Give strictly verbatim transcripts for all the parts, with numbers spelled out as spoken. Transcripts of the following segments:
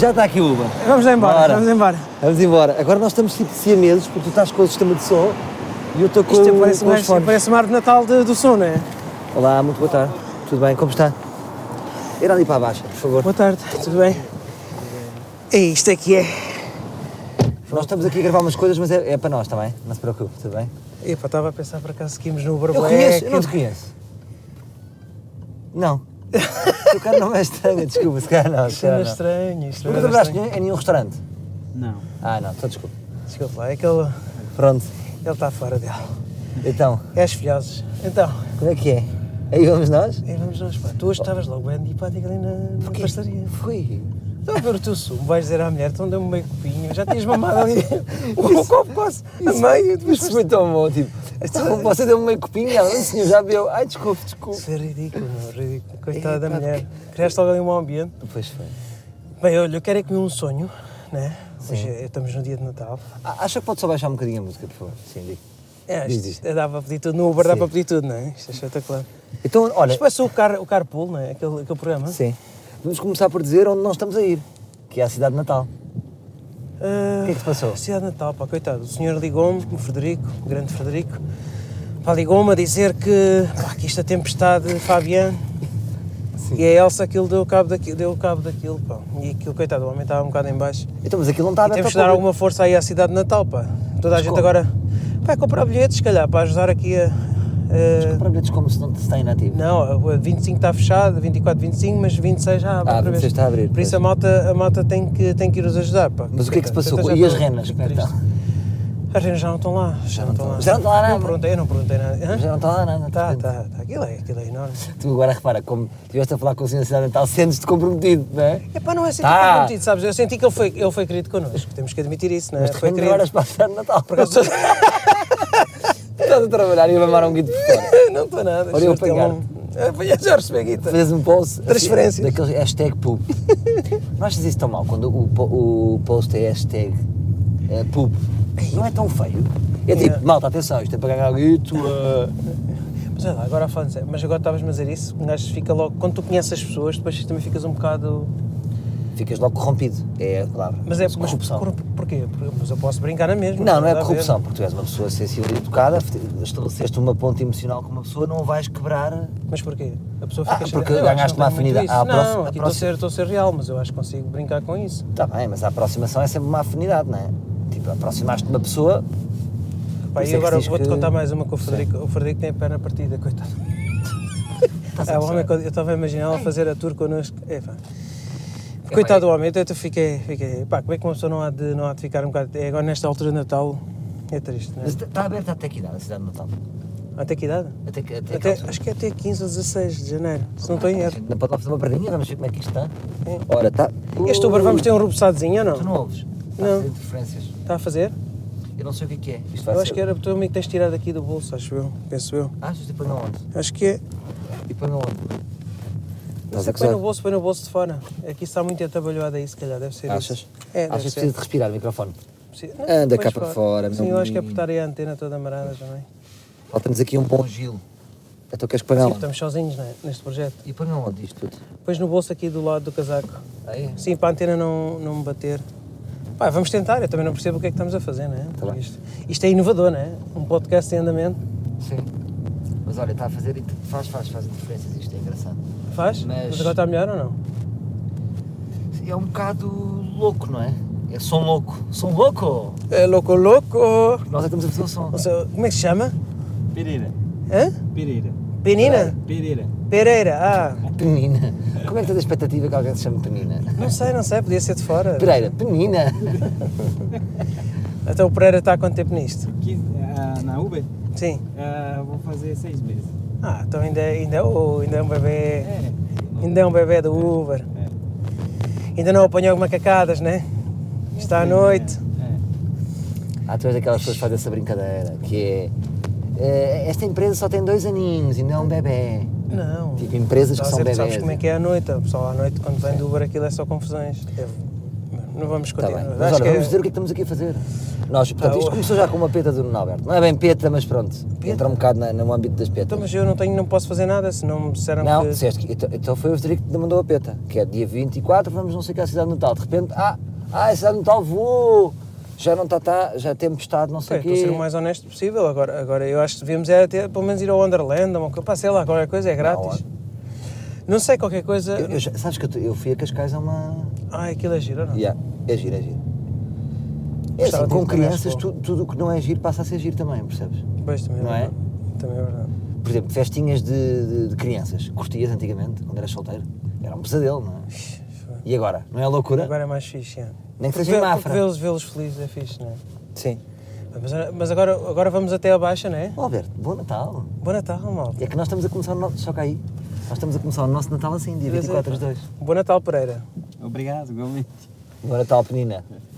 Já está aqui o Uber. Vamos embora, Bora. vamos embora. Vamos embora. Agora nós estamos tipo siameses, porque tu estás com o sistema de som e eu estou com, Isto parece, com os mais, fones. parece uma árvore de Natal de, do som, não é? Olá, muito boa tarde. Tudo bem? Como está? Ir ali para a baixa, por favor. Boa tarde, tudo bem? É isto aqui é. Nós estamos aqui a gravar umas coisas, mas é, é para nós também. Não se preocupe, tudo bem? Epá, estava a pensar por acaso que íamos no Uber Eu Black. conheço, eu não te conheço. Não. O cara não é estranho, desculpa, se calhar não. se Isto calhar é não. estranho, isto Nunca é trabalhaste estranho. em nenhum restaurante? Não. Ah, não, só desculpa. Desculpa lá, é que ele Pronto, ele está fora dele. então, É as filhoses. Então, como é que é? Aí vamos nós? aí vamos nós, pá. Tu hoje estavas logo bem antipático ali na, na pastaria. Fui. Estou a ver o teu sumo, vais dizer à mulher, então deu-me meio copinho, já tinhas mamado ali um copo quase a meio. Depois Isso foi tão bom, tipo, então, você deu-me meio copinho e ela, "Não, senhor, já bebeu." Ai, desculpe, desculpe. Isso é ridículo, meu, ridículo. Coitada da Epá, mulher. Criaste logo ali um mau ambiente. Pois foi. Bem, olha, eu quero é comer um sonho, né? Hoje é- estamos no dia de Natal. Ah, acha que pode só baixar um bocadinho a música, por favor? Sim, digo. É, Diz, isto, diz. isto dá para pedir tudo. No Uber dá Sim. para pedir tudo, não é? Isto é espetacular. Então, olha, Isto parece o, car, o Carpool, não é? Aquele, aquele programa. sim, vamos começar por dizer onde nós estamos a ir, que é a cidade de Natal. Ah, O que é que se passou? Cidade de Natal, pá, coitado. O senhor ligou-me, o Frederico, o grande Frederico, pá, ligou-me a dizer que, pá, que isto a tempestade Fabian e a Elsa aquilo deu cabo daquilo, deu cabo daquilo, pá. E aquilo, coitado, o homem estava um bocado em baixo. Então, mas aquilo não está E aberto temos ao de dar público. alguma força aí à cidade de Natal, pá. Toda a Mas gente como? agora vai comprar bilhetes, se calhar, para ajudar aqui a... a- Para bilhetes como se não está inativo. Não, a vinte e cinco está fechado, vinte e quatro, vinte e cinco, mas vinte e seis já abre Ah, outra vinte e seis vez. está a abrir, Por isso pois. a malta, a malta tem, que, tem que ir os ajudar, pá. Mas o que é que se passou? Tenta já E as para- renas, como é que triste. estão? As renas já não estão lá, já não estão lá. Já não estão lá nada? Não perguntei, eu não perguntei nada. Hã? Já não está lá nada. Tá, portanto. tá, tá. Aquilo é, aquilo é enorme. Tu agora repara, como estiveste a falar com o senhor da cidade de Natal, sentes-te comprometido, não é? É pá, não é assim Tá. tão comprometido, sabes? Eu senti que ele foi, ele foi querido connosco, temos que admitir isso, não é? Mas de Foi repente querido. agora para a cidade de Natal. Por acaso... Estás a trabalhar e a mamar um guito por fora. não estou nada. Olha, eu juro-te, ele apanhar-te. não- Apanhar, já recebi a guita. Fazes um post Transferências. assim, daqueles hashtag pub. Não achas isso tão mal quando o, po- o post é hashtag eh, pub? Não é tão feio? É tipo, Yeah. malta, atenção, isto é para ganhar guito. eh. Mas olha lá, agora a falar sério, mas agora estavas-me a dizer isso, um gajo fica logo, quando tu conheces as pessoas, depois também ficas um bocado... Ficas logo corrompido, é a palavra. Mas é mas corrupção. Por, porquê? Porque- Mas eu posso brincar na mesma. Não, não é nada a ver. corrupção, porque tu és uma pessoa sensível e educada, estabeleceste uma ponte emocional com uma pessoa, não a vais quebrar. Mas porquê? A pessoa fica Ah, cheia- porque eu acho que ganhaste não uma tem muito afinidade. isso. À Não, próxima- aqui à estou a próxima- ser- estou a ser real, mas eu acho que consigo brincar com isso. Está bem, mas a aproximação é sempre uma afinidade, não é? Tipo, aproximaste de uma pessoa. Pá, isso e é que agora diz vou-te que- contar mais uma com o Frederico. O Frederico tem a perna partida, coitado. É, o homem, eu estava a imaginá-lo a fazer a tour connosco. É, pá. Coitado do homem, eu até fiquei, fiquei. Pá, como é que uma pessoa não há de, não há de ficar um bocado. É, agora nesta altura de Natal é triste, não é? Mas está aberta até que idade a cidade de Natal? Até que idade? Até que até, que Até, altura? acho que é até quinze ou dezasseis de janeiro, se não estou em erro. Não pode lá fazer uma paradinha, vamos ver como é que isto está. É. Ora, está. Este Uber vamos ter um rubuçadozinho ou não? Tu não ouves? Está Não. a fazer interferências. Está a fazer? Eu não sei o que é que é. Isto vai Eu ser... acho que era o teu amigo que tens tirado aqui do bolso, acho eu, penso eu. Ah, isto põe onde? Acho que é. E põe onde? Não sei, põe no bolso, põe no bolso de fora. Aqui está muito atabalhoado aí, se calhar, deve ser Achas? isso. É, deve Achas que ser. precisa de respirar o microfone? Precisa- não, Anda pões cá para fora, Sim, meu eu acho que é menino. por estar aí a antena toda amarada também. Falta-nos aqui um bom Gil. Então queres pagar Sim, onde? estamos sozinhos, não é? Neste projeto. E põe onde isto tudo? Pões no bolso aqui do lado do casaco. Aí? Sim, para a antena não, não me bater. Pá, vamos tentar, eu também não percebo o que é que estamos a fazer, não é? Tá bem. Isto, isto é inovador, não é? Um podcast em andamento. Sim. Mas olha, está a fazer... Faz, faz, faz interferências, isto é engraçado. Faz? Mas- Mas agora está melhor ou não? É um bocado louco, não é? É som louco. Som louco! É louco, louco! Nós é que estamos a fazer o som. Não sei, como é que se chama? Pereira. Hã? Pereira. Penina? Pereira. Pereira, ah. Penina. Como é que tens a expectativa que alguém se chame Penina? Não sei, não sei, podia ser de fora. Pereira, Penina. Então o Pereira está há quanto tempo nisto? Aqui, ah, na Uber, Sim. ah, vou fazer seis meses. Ah, então ainda, é- ainda, é o- ainda é um bebê. É. Ainda é um bebê do Uber. É. Ainda não apanhou macacadas, né? Está à noite. É. Ah, tu és daquelas pessoas que fazem essa brincadeira, que é... eh, esta empresa só tem dois aninhos, ainda é um bebê. Não. Tipo, empresas que Estás a são dizer, bebés. sabes como é que é à noite? O pessoal à noite, quando vem do Uber, aquilo é só confusões. É, não vamos Está continuar. bem. Mas Acho olha, que vamos é- dizer o que é que estamos aqui a fazer. Nós, portanto, Ah, isto o- começou já com uma peta do Nuno Alberto. Não é bem peta, mas pronto. Peta? Entra um bocado na, no âmbito das Então, petas. mas eu não, tenho, não posso fazer nada se não me disseram Não, que... disseste que. Então, então foi o Frederico que te mandou a peta, que é dia vinte e quatro, vamos não sei o que à cidade de Natal. De repente, ah, ah, a cidade de Natal vou! Já não está, tá, já é tempestade, não sei Ok, o estou a quê. ser o mais honesto possível. Agora, agora eu acho que devíamos é até, pelo menos ir ao Wonderland, ou uma coisa, pá, sei lá, qualquer coisa, é grátis. Não sei, qualquer coisa... Eu, eu já- sabes que eu, eu fui a Cascais a uma. Ah, aquilo é giro, não? Yeah, é giro, é giro. É Gostava assim, de com ir também à crianças, escola. tu- tudo o que não é giro passa a ser giro também, percebes? Pois, também é Não é? verdade. Também é verdade. Por exemplo, festinhas de, de, de crianças. Curtias antigamente, quando eras solteiro? Era um pesadelo, não é? E agora? Não é loucura? Agora é mais fixe, é. Nem que Porque seja em vê- Mafra. porque Vê-los vê-los felizes é fixe, não é? Sim. Mas, mas agora, agora vamos até a baixa, não é? Oh, Alberto, bom Natal. Bom Natal, malta. É que nós estamos a começar o nosso... Só que aí. Nós estamos a começar o nosso Natal assim, dia vinte e quatro de dois. Bom Natal, Pereira. Obrigado, igualmente. Bom Natal, Penina.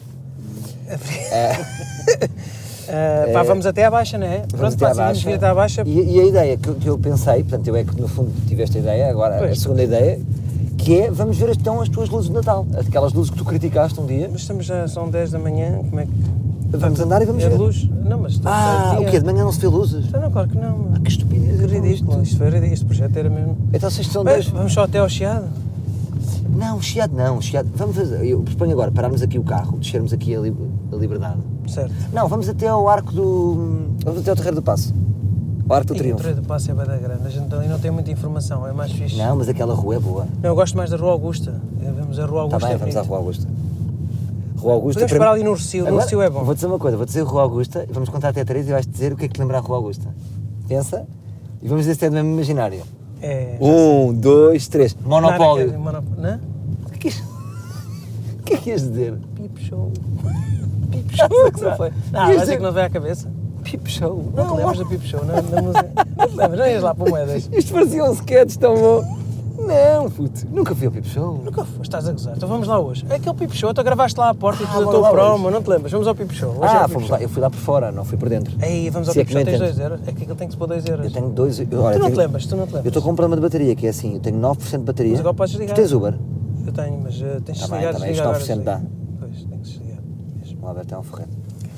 Uh, pá, vamos até à baixa, não é? Vamos Pronto, até pá, à se vamos baixa. vir até à baixa. E, e a ideia que, eu- que eu pensei, portanto, eu é que no fundo tive esta ideia, agora a Pois. segunda ideia, que é, vamos ver então as tuas luzes de Natal. Aquelas luzes que tu criticaste um dia. Mas estamos já, são dez da manhã, como é que... Vamos andar e vamos é ver. luz? Não, mas... estamos Ah, a o dia. quê? De manhã não se vê luzes? Então, não, claro que não. mano. Ah, que estupidez. Que então, ridículo, isto. isto foi ridículo, este projeto era mesmo... Então vocês são Bem, dois... vamos só até ao Chiado? Não, Chiado não, Chiado. Vamos fazer... Eu proponho agora pararmos aqui o carro, descermos aqui a, li- a Liberdade. Certo. Não, vamos até ao Arco do... Vamos até ao Terreiro do Passo. O Arco do E o Triunfo. Treio do Passo é bem da grande, a gente ali não tem muita informação, é mais fixe. Não, mas aquela rua é boa. Não, eu gosto mais da Rua Augusta. É, Vamos à Rua Está Augusta. bem, é vamos à bonito. Rua Augusta. Rua Augusta... Podemos para parar mim- ali no Rocio, no Agora, Rocio é bom. Vou dizer uma coisa, vou dizer Rua Augusta e vamos contar até três e vais dizer o que é que te lembra a Rua Augusta. Pensa e vamos dizer se é do mesmo imaginário. É... Um, dois, três. Monopólio. Não, Monop... Não? O que é que ias- o que é que ias dizer? Pipo Show. Pipo Ah, Show. que não foi. Não, Ias vais dizer- dizer que não veio à cabeça. Pipo Show. Não te lembras do Pipo Show, na, na música? Não te lembras? Não ias lá para o Moedas. Isto parecia um sketch tão bom. Não, puto. Nunca fui ao Pipo Show. Nunca foste, estás a gozar. Então vamos lá hoje. É aquele Pipo Show, tu gravaste lá à porta e Ah, tudo a bora tua lá promo, não te lembras? Vamos ao Pipo Show. Hoje é Ah, o Pipo fomos Show. lá. Eu fui lá por fora, não fui por dentro. Ei, vamos ao Se é Pipo que Show, me tens entendo. dois euros. É que aquilo tem que se pôr dois euros. Eu tenho dois... Eu, olha, Tu não tenho- te lembras, tu não te lembras. Eu estou com um problema de bateria, que é assim, eu tenho nove por cento de bateria. Mas agora podes desligar. Tu tens Uber? Eu tenho, mas uh, tens de Tá bem, desligar, tá bem, desligar. estes nove por cento agora, dá. desliga. Pois, tem que desligar. mesmo. O Alberto é um forreto.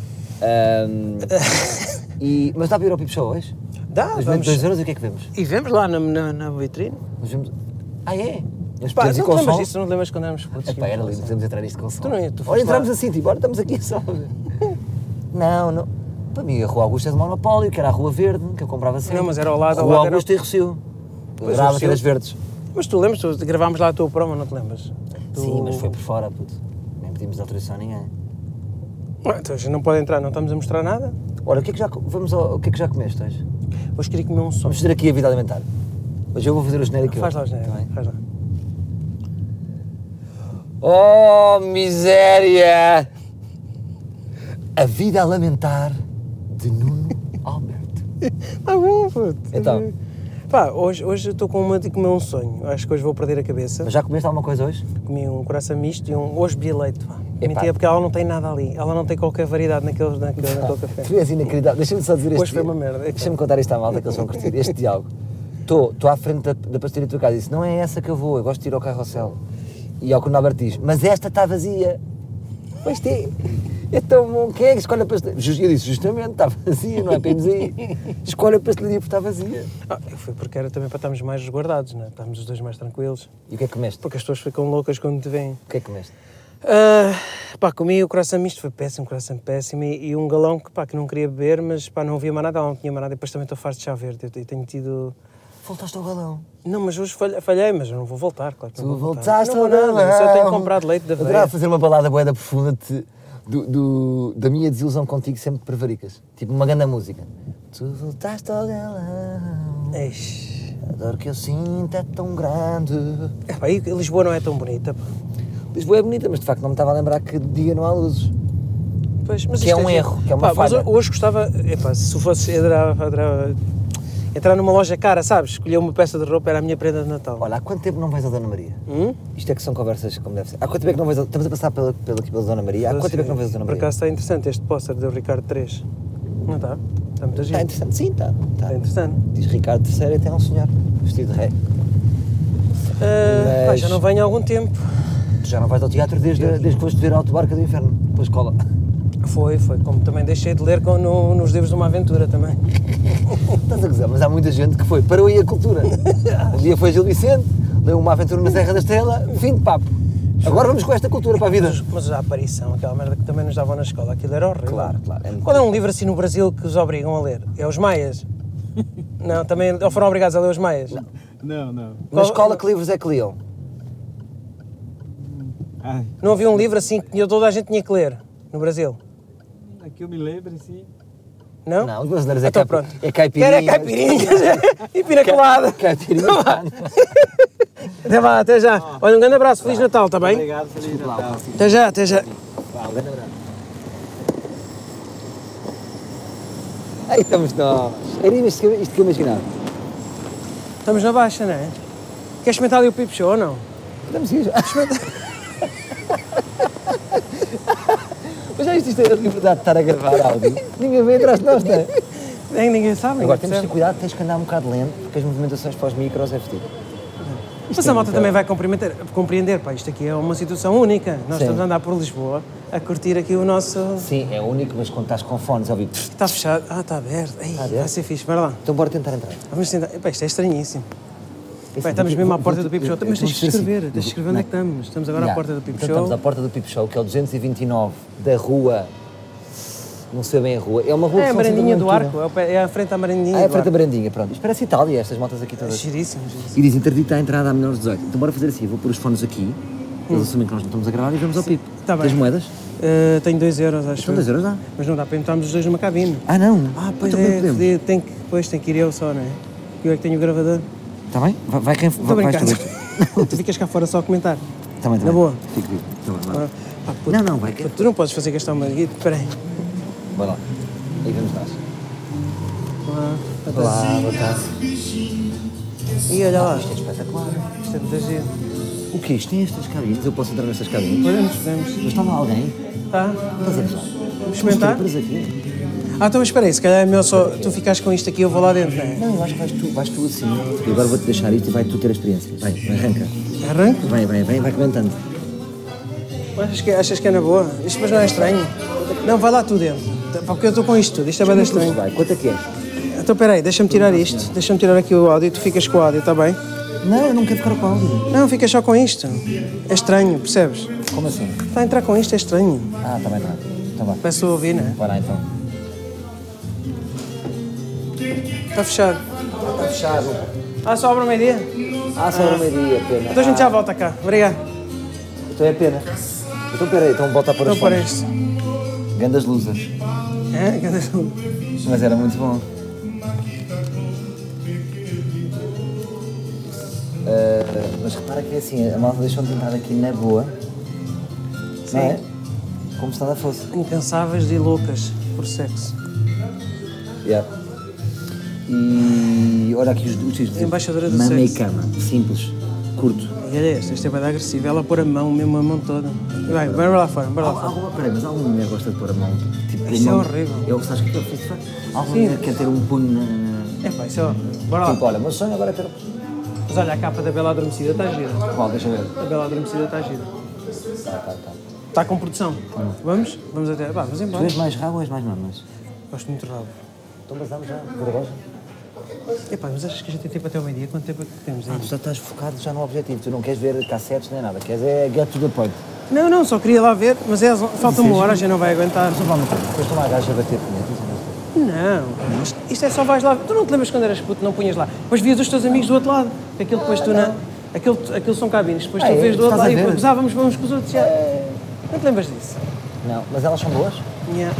Ahm, e, mas dá para ir ao Pipo Show hoje? Dá, Mas vamos. dois euros e o que é que vemos? E vemos lá na, na, na vitrine. Nós vemos... Ah, é? Mas Pá, podemos ir não com te lembras som? disso? Não te lembras quando éramos putos? Epá, era lindo, podemos entrar nisto com som. Tu não ia, tu foste Olha, entramos lá. assim, tipo, olha, estamos aqui só. Não, não. Para mim, a Rua Augusta é de Monopólio, que era a Rua Verde, que eu comprava sempre. Não, mas era ao lado, ao Rua lado era- Augusta e Rocio. Eu Pois, adorava Rocio. ter as verdes. Mas tu lembras, tu gravámos lá a tua promo, não te lembras? Tu- Sim, mas foi por fora, puto. Nem pedimos autorização a ninguém. Ah, então a gente não pode entrar, não estamos a mostrar nada. Olha, o que é que já, co- vamos ao, o que é que já comeste hoje? Hoje queria comer um som. Vamos fazer aqui a vida alimentar. Hoje eu vou fazer o genérico. Faz lá, hoje, Genérico, tá bem? faz lá. Oh, miséria! A vida a lamentar de Nuno Alberto. Ah, bom, puto. Então? Pá, hoje, hoje eu estou com uma de comer um sonho. Acho que hoje vou perder a cabeça. Mas já comeste alguma coisa hoje? Comi um coração misto e um... Hoje bebi leite, pá. Epá. Mentira, porque ela não tem nada ali. Ela não tem qualquer variedade naquele, naquele, naquele café. Tu és inacreditável. Deixa-me só dizer este... Hoje foi uma merda. Deixa-me contar isto à malta que eles vão curtir. Este diálogo. Estou à frente da, da pastelaria da tua casa e disse, não é essa que eu vou, eu gosto de ir ao carrossel. E ao que o Nuno Alberto diz, mas esta está vazia. Pois é, é tão bom. Quem é que escolhe a pastelaria? Ju- Eu disse, justamente, está vazia, não é para irmos aí. Escolhe a pastelaria porque está vazia. Ah, eu fui porque era também para estarmos mais resguardados, né? Estarmos os dois mais tranquilos. E o que é que comeste? Porque as pessoas ficam loucas quando te veem. O que é que comeste? Ah, pá, comi o coração misto, foi péssimo, coração péssimo. E, e um galão que, pá, que não queria beber, mas pá, não havia mais nada, ela não tinha mais nada. E depois também estou farto de chá verde. Eu, eu tenho tido... Voltaste ao galão. Não, mas hoje falhei, falhei, mas eu não vou voltar, claro que Tu não vou voltar. voltaste Não ao vou nada, galão. só tenho comprado leite da Adorava veia. fazer uma balada boeda profunda de, do, do- da minha desilusão contigo sempre prevaricas. Tipo uma grande música. Tu voltaste ao galão. Eish. A dor que eu sinto é tão grande. É, pá, e Lisboa não é tão bonita, pá. Lisboa é bonita, mas de facto não me estava a lembrar que de dia não há luzes. Pois, mas Que isto é um giro. erro, que é uma Pá, mas falha. hoje gostava, epá, se fosse adorava- adorava entrar numa loja cara, sabes? Escolher uma peça de roupa, era a minha prenda de Natal. Olha, há quanto tempo não vais à Dona Maria? Hum? Isto é que são conversas como deve ser. Há quanto tempo é que não vais a... Estamos a passar pela, pela, pela Dona Maria. Há quanto tempo é que não vais à Dona Por Maria? acaso está interessante este póster do Ricardo três. Não está? Está muito giro. Está interessante, sim, está. Está está. interessante. Diz Ricardo terceiro até um senhor vestido de rei. Ah, pá, Mas- já não venho há algum tempo. tu já não vais ao teatro desde, desde que foste ver a Autobarca do Inferno, pela escola. Foi, foi. Como também deixei de ler com, no, nos livros de uma aventura também. Estás a gozar, mas há muita gente que foi, parou aí a cultura. Um dia foi Gil Vicente, leu Uma Aventura na Serra da Estrela, fim de papo. Agora vamos com esta cultura para a vida. Mas, mas a aparição, aquela merda que também nos davam na escola, aquilo era horrível. Claro, claro. É muito Qual é um livro assim no Brasil que os obrigam a ler? É os Maias? Não, também ou foram obrigados a ler os Maias? Não. Não, não. Na escola que livros é que liam? Ai, Não havia um livro assim que toda a gente tinha que ler no Brasil? que eu me lembro, sim. Não? Não, os brasileiros é, Então caipi... pronto. é caipirinha. Quero é caipirinha e pina colada. Caipirinha. Até vá, até já. Olha, um grande abraço, Feliz Natal, está bem? Obrigado, Feliz Natal. Até já, até já. Vá, um grande abraço. Aí estamos nós. Era isto que eu, isto que eu imaginava. Estamos na baixa, não é? Queres experimentar ali o Pipo Show ou não? Estamos ir. Mas já viste isto é a liberdade de estar a gravar áudio? Ninguém vem atrás de nós, não é? Nem ninguém sabe. Agora ninguém temos de ter percebe. cuidado, tens que andar um bocado lento, porque as movimentações para os micros é fedido. Mas a malta também vai compreender, compreender, pá, isto aqui é uma situação única. Nós Sim. estamos a andar por Lisboa a curtir aqui o nosso... Sim, é único, mas quando estás com fones, ouvi. Está fechado. Ah, está aberto. Ei, Está aberto? vai ser fixe, bora lá. Então bora tentar entrar. Vamos tentar. Epá, isto é estranhíssimo. Esse Bem, estamos vou- mesmo à vou- porta vou- do Pipo Show. eu- Mas eu deixa vou de ser escrever, assim. deixa de escrever onde é que estamos. Estamos agora à Já. porta do Pipo Então Show. estamos à porta do Pipo Show, que é o duzentos e vinte e nove da rua. Não sei bem a rua. É uma rua É que a são sempre Marandinha do muito- Arco, é o pé- é à frente à Marandinha Ah, é a do frente da Arco. Brandinha, pronto. Isto parece Itália, estas motas aqui É todas. giríssimo, giríssimo. E diz interdita a entrada a menores de dezoito. Então bora fazer assim, vou pôr os fones aqui, eles assumem que nós não estamos a gravar e vamos ao Pipo. Tá bem. Tens moedas? Uh, tenho dois euros, acho. São dois euros, dá? Mas não dá para entrarmos os dois numa cabine. Ah, não? Ah, pois então, é, podemos. fodido. tem que, pois tem que ir eu só, não é? Eu é que tenho o gravador. Está bem? Vai, vai quem Estou vai, vais brincando. tu. Tu ficas cá fora só a comentar. Também, também. Na boa. Fico, fico. Tá bem, vai. Ah, pá, puto, Não, não, vai. puto, tu não podes fazer questão, mas espera aí. Vai lá. Aí vamos nós. Ah, Olá, boa tarde. e olha lá, Isto é espetacular. isto é muito giro. O que é isto? Tem estas cabines? Eu posso entrar nestas cabines? Podemos, podemos. Mas está lá alguém? Tá? Estás a gozar? Vamos experimentar? Temos strippers aqui? Ah, então mas espera aí, se calhar é melhor só tu ficares com isto aqui e eu vou lá dentro, não é? Não, eu acho que vais tu, vais tu assim. E agora vou-te deixar isto e vai tu ter a experiência. Vai, arranca. Arranco? Vai, vai, vai, vai comentando. Achas que, achas que é na boa? Isto mas não é estranho? Não, vai lá tu dentro. Porque eu estou com isto tudo, isto é bem Quanto estranho. vai? Quanto é que é? Então espera aí, deixa-me tirar isto, deixa-me tirar aqui o áudio e tu ficas com o áudio, está bem? Não, eu não quero ficar com o áudio. Não, fica só com isto. É estranho, percebes? Como assim? Está a entrar com isto, é estranho. Ah, está bem, está bem. Então vá. Peço a ouvir, não é? Vai lá então. Está fechado. Está fechado. Ah, só abre ao meio-dia? Ah, só era meio-dia, pena. Então a gente já volta cá. Obrigado. Então é pena. Então peraí, então volta a pôr Então as para fones. isto. Grandes luzes. É? Mas era muito bom. Ah, mas repara que é assim, a malta deixou de entrar aqui na boa. Não é? Como se nada fosse. Incansáveis e loucas por sexo. Yeah. E olha aqui os os Embaixadora do Mama e sexo. cama, simples, curto. E olha este, este é bem agressivo. Ela pôr a mão, mesmo a mão toda. E vai, bora lá fora, bora lá fora. Alguma, peraí, mas alguma mulher gosta de pôr a mão? Tipo, Isso a é mão- horrível. Eu, sabes o que é que eu fiz? de facto? Alguma Sim. mulher quer ter um punho na. na... É pá, isso é horrível. Bora lá. Tipo, olha, o meu sonho agora é ter. Mas olha, a capa da Bela Adormecida está gira. Qual, deixa eu ver. A Bela Adormecida está gira. Tá, tá, tá. Está com produção. Vamos? Vamos até. Vá, vamos Tu embora. és mais rabo ou és mais mamas? Gosto muito de rabo. Então basamos já, vergonha. Epá, mas achas que a gente tem tempo até ao meio-dia? Quanto tempo é que temos Ah, aí? tu já estás focado já no objetivo, tu não queres ver cassetes nem nada, queres é get to the point. Não, não, só queria lá ver, mas é, falta uma hora, a gente não vai aguentar. Mas vamos, depois estão lá a gaja a bater punhetas. Não, isto, isto é só vais lá. Tu não te lembras quando eras puto, não punhas lá? Depois vias os teus amigos do outro lado. Aquilo depois tu na. Aquilo, aquilo são cabines, depois Ah, tu é? vês do outro Estás lado a e ver? depois ah, vamos, vamos com os outros. Já. Não te lembras disso? Não, mas elas são boas? Yeah.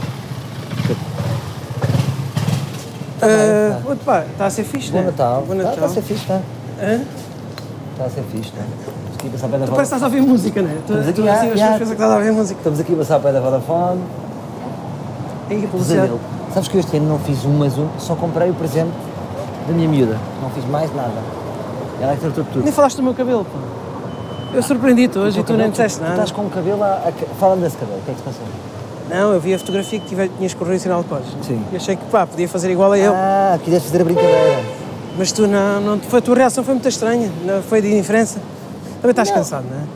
Tá Ah, outro pá, está a ser fixe, Bom né? Natal. Bom Está Natal. tá a ser fixe, está. Hã? Está a ser fixe, está. Estamos aqui a passar ao pé da Tu parece que estás a ouvir música, não é? Tu, Estamos aqui, tu ah, assim, as já. pessoas pensam que estás a ouvir música. Estamos aqui a passar ao pé da Vodafone. Aí a publicidade. Pesadelo. Sabes que eu este ano não fiz um, mas um, só comprei o presente da minha miúda. Não fiz mais nada. Ela é que tratou de tudo. Nem falaste do meu cabelo, pá. Eu surpreendi-te hoje e tu nem disseste Tu nada. estás com o cabelo a... a... Fala-me desse cabelo, o que é que se passou? Não, eu vi a fotografia que tive, tinhas corrido em sinal de cores. Sim. E achei que, pá, podia fazer igual a eu. Ah, quiseste fazer a brincadeira. Mas tu não, não, foi, a tua reação foi muito estranha, não, foi de indiferença. Também estás Não. cansado, não é? Não, não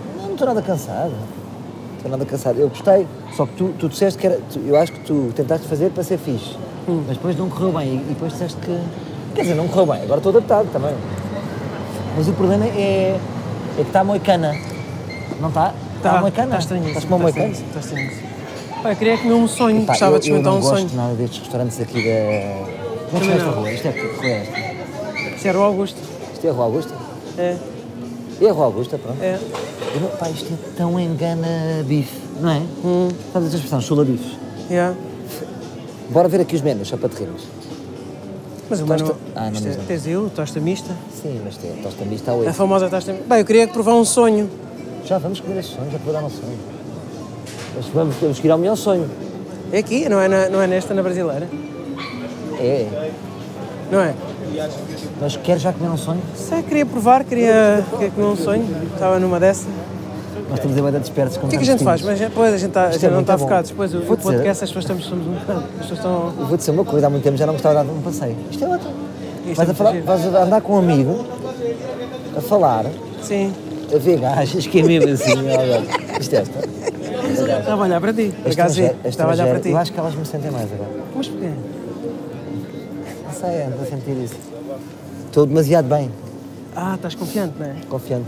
estou nada cansado. Estou nada cansado. Eu gostei, só que tu, tu disseste que era... Tu, eu acho que tu tentaste fazer para ser fixe, hum. mas depois não correu bem e, e depois disseste que... Quer dizer, não correu bem, agora estou adaptado também. Mas o problema é, é que está moicana. Não está? Está moicana? Está estranho. Estás com uma moicana? Está estranho. Pá, eu queria comer um sonho, Epá, gostava eu, de experimentar um sonho. Eu não gosto nada destes restaurantes aqui da... Como é que é esta rua? Isto é que rua é esta? Isto é Rua Augusta. Isto é a Rua Augusta? É. É a Rua Augusta, pronto. É. Eu não, pá, isto é tão engana bife, não é? Hum. Faz esta expressão, chula bife. Yeah. Bora ver aqui os menus, só para te rires. Mas o Tosta... menu... Ah, não, isto é, não. tens eu, tosta mista. Sim, mas tem a tosta mista a oito. A famosa tosta mista. Bem, eu queria provar um sonho. Já vamos comer esse sonho, já te vou dar um sonho. Mas vamos, temos que ir ao melhor sonho. É aqui, não é, na, não é nesta, na brasileira? É. Não é? Mas queres já comer um sonho? Sei, queria provar, queria, queria comer um sonho. Estava numa dessa. Nós estamos a bem despertos com O que é que a gente faz? Mas depois a gente, tá, a gente é não está bom. focado. Depois o, o Vou-te podcast, dizer. as pessoas estamos, somos um bocado. As pessoas estão... Eu vou dizer uma coisa, há muito tempo já não gostava de dar um passeio. Isto é ótimo. Isto Vais, é a falar, muito vais a andar com um amigo, a falar, Sim. a ver gajas, que é mesmo assim, olha, isto é esta. Estava a olhar para ti. Por A acaso, sim. estrangeira- a Estava a olhar para ti. Eu acho que elas me sentem mais agora. Mas porquê? Não sei, ando a sentir isso. Estou demasiado bem, Ah, estás confiante, não é? confiante.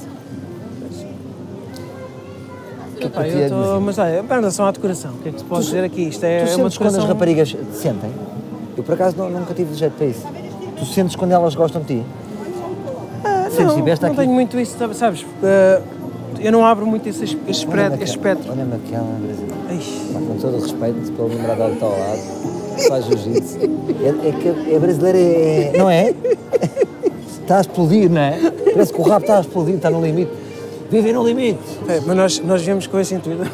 O que é que Pá, eu te eu ia tô, dizer? mas olha, em relação à decoração, o que é que se pode Tu- dizer aqui? Isto é Tu uma sentes quando decoração... as raparigas te sentem? Eu, por acaso, não- nunca tive jeito para isso. Tu sentes quando elas gostam de ti? Ah, Sentes, não, tiveste não aqui? tenho muito isso, sabes? Porque eu não abro muito esse, esse, espectro, Olha-me esse aquela- espectro. Olha-me aquela brasileira. Ai, Pá, com todo o respeito pelo namorado que está ao lado, faz jiu-jitsu. É, é que a brasileira é. Não é? Está a explodir, não é? Parece que o rabo está a explodir, está no limite. Vivem no limite. é, mas nós, nós viemos com esse intuito.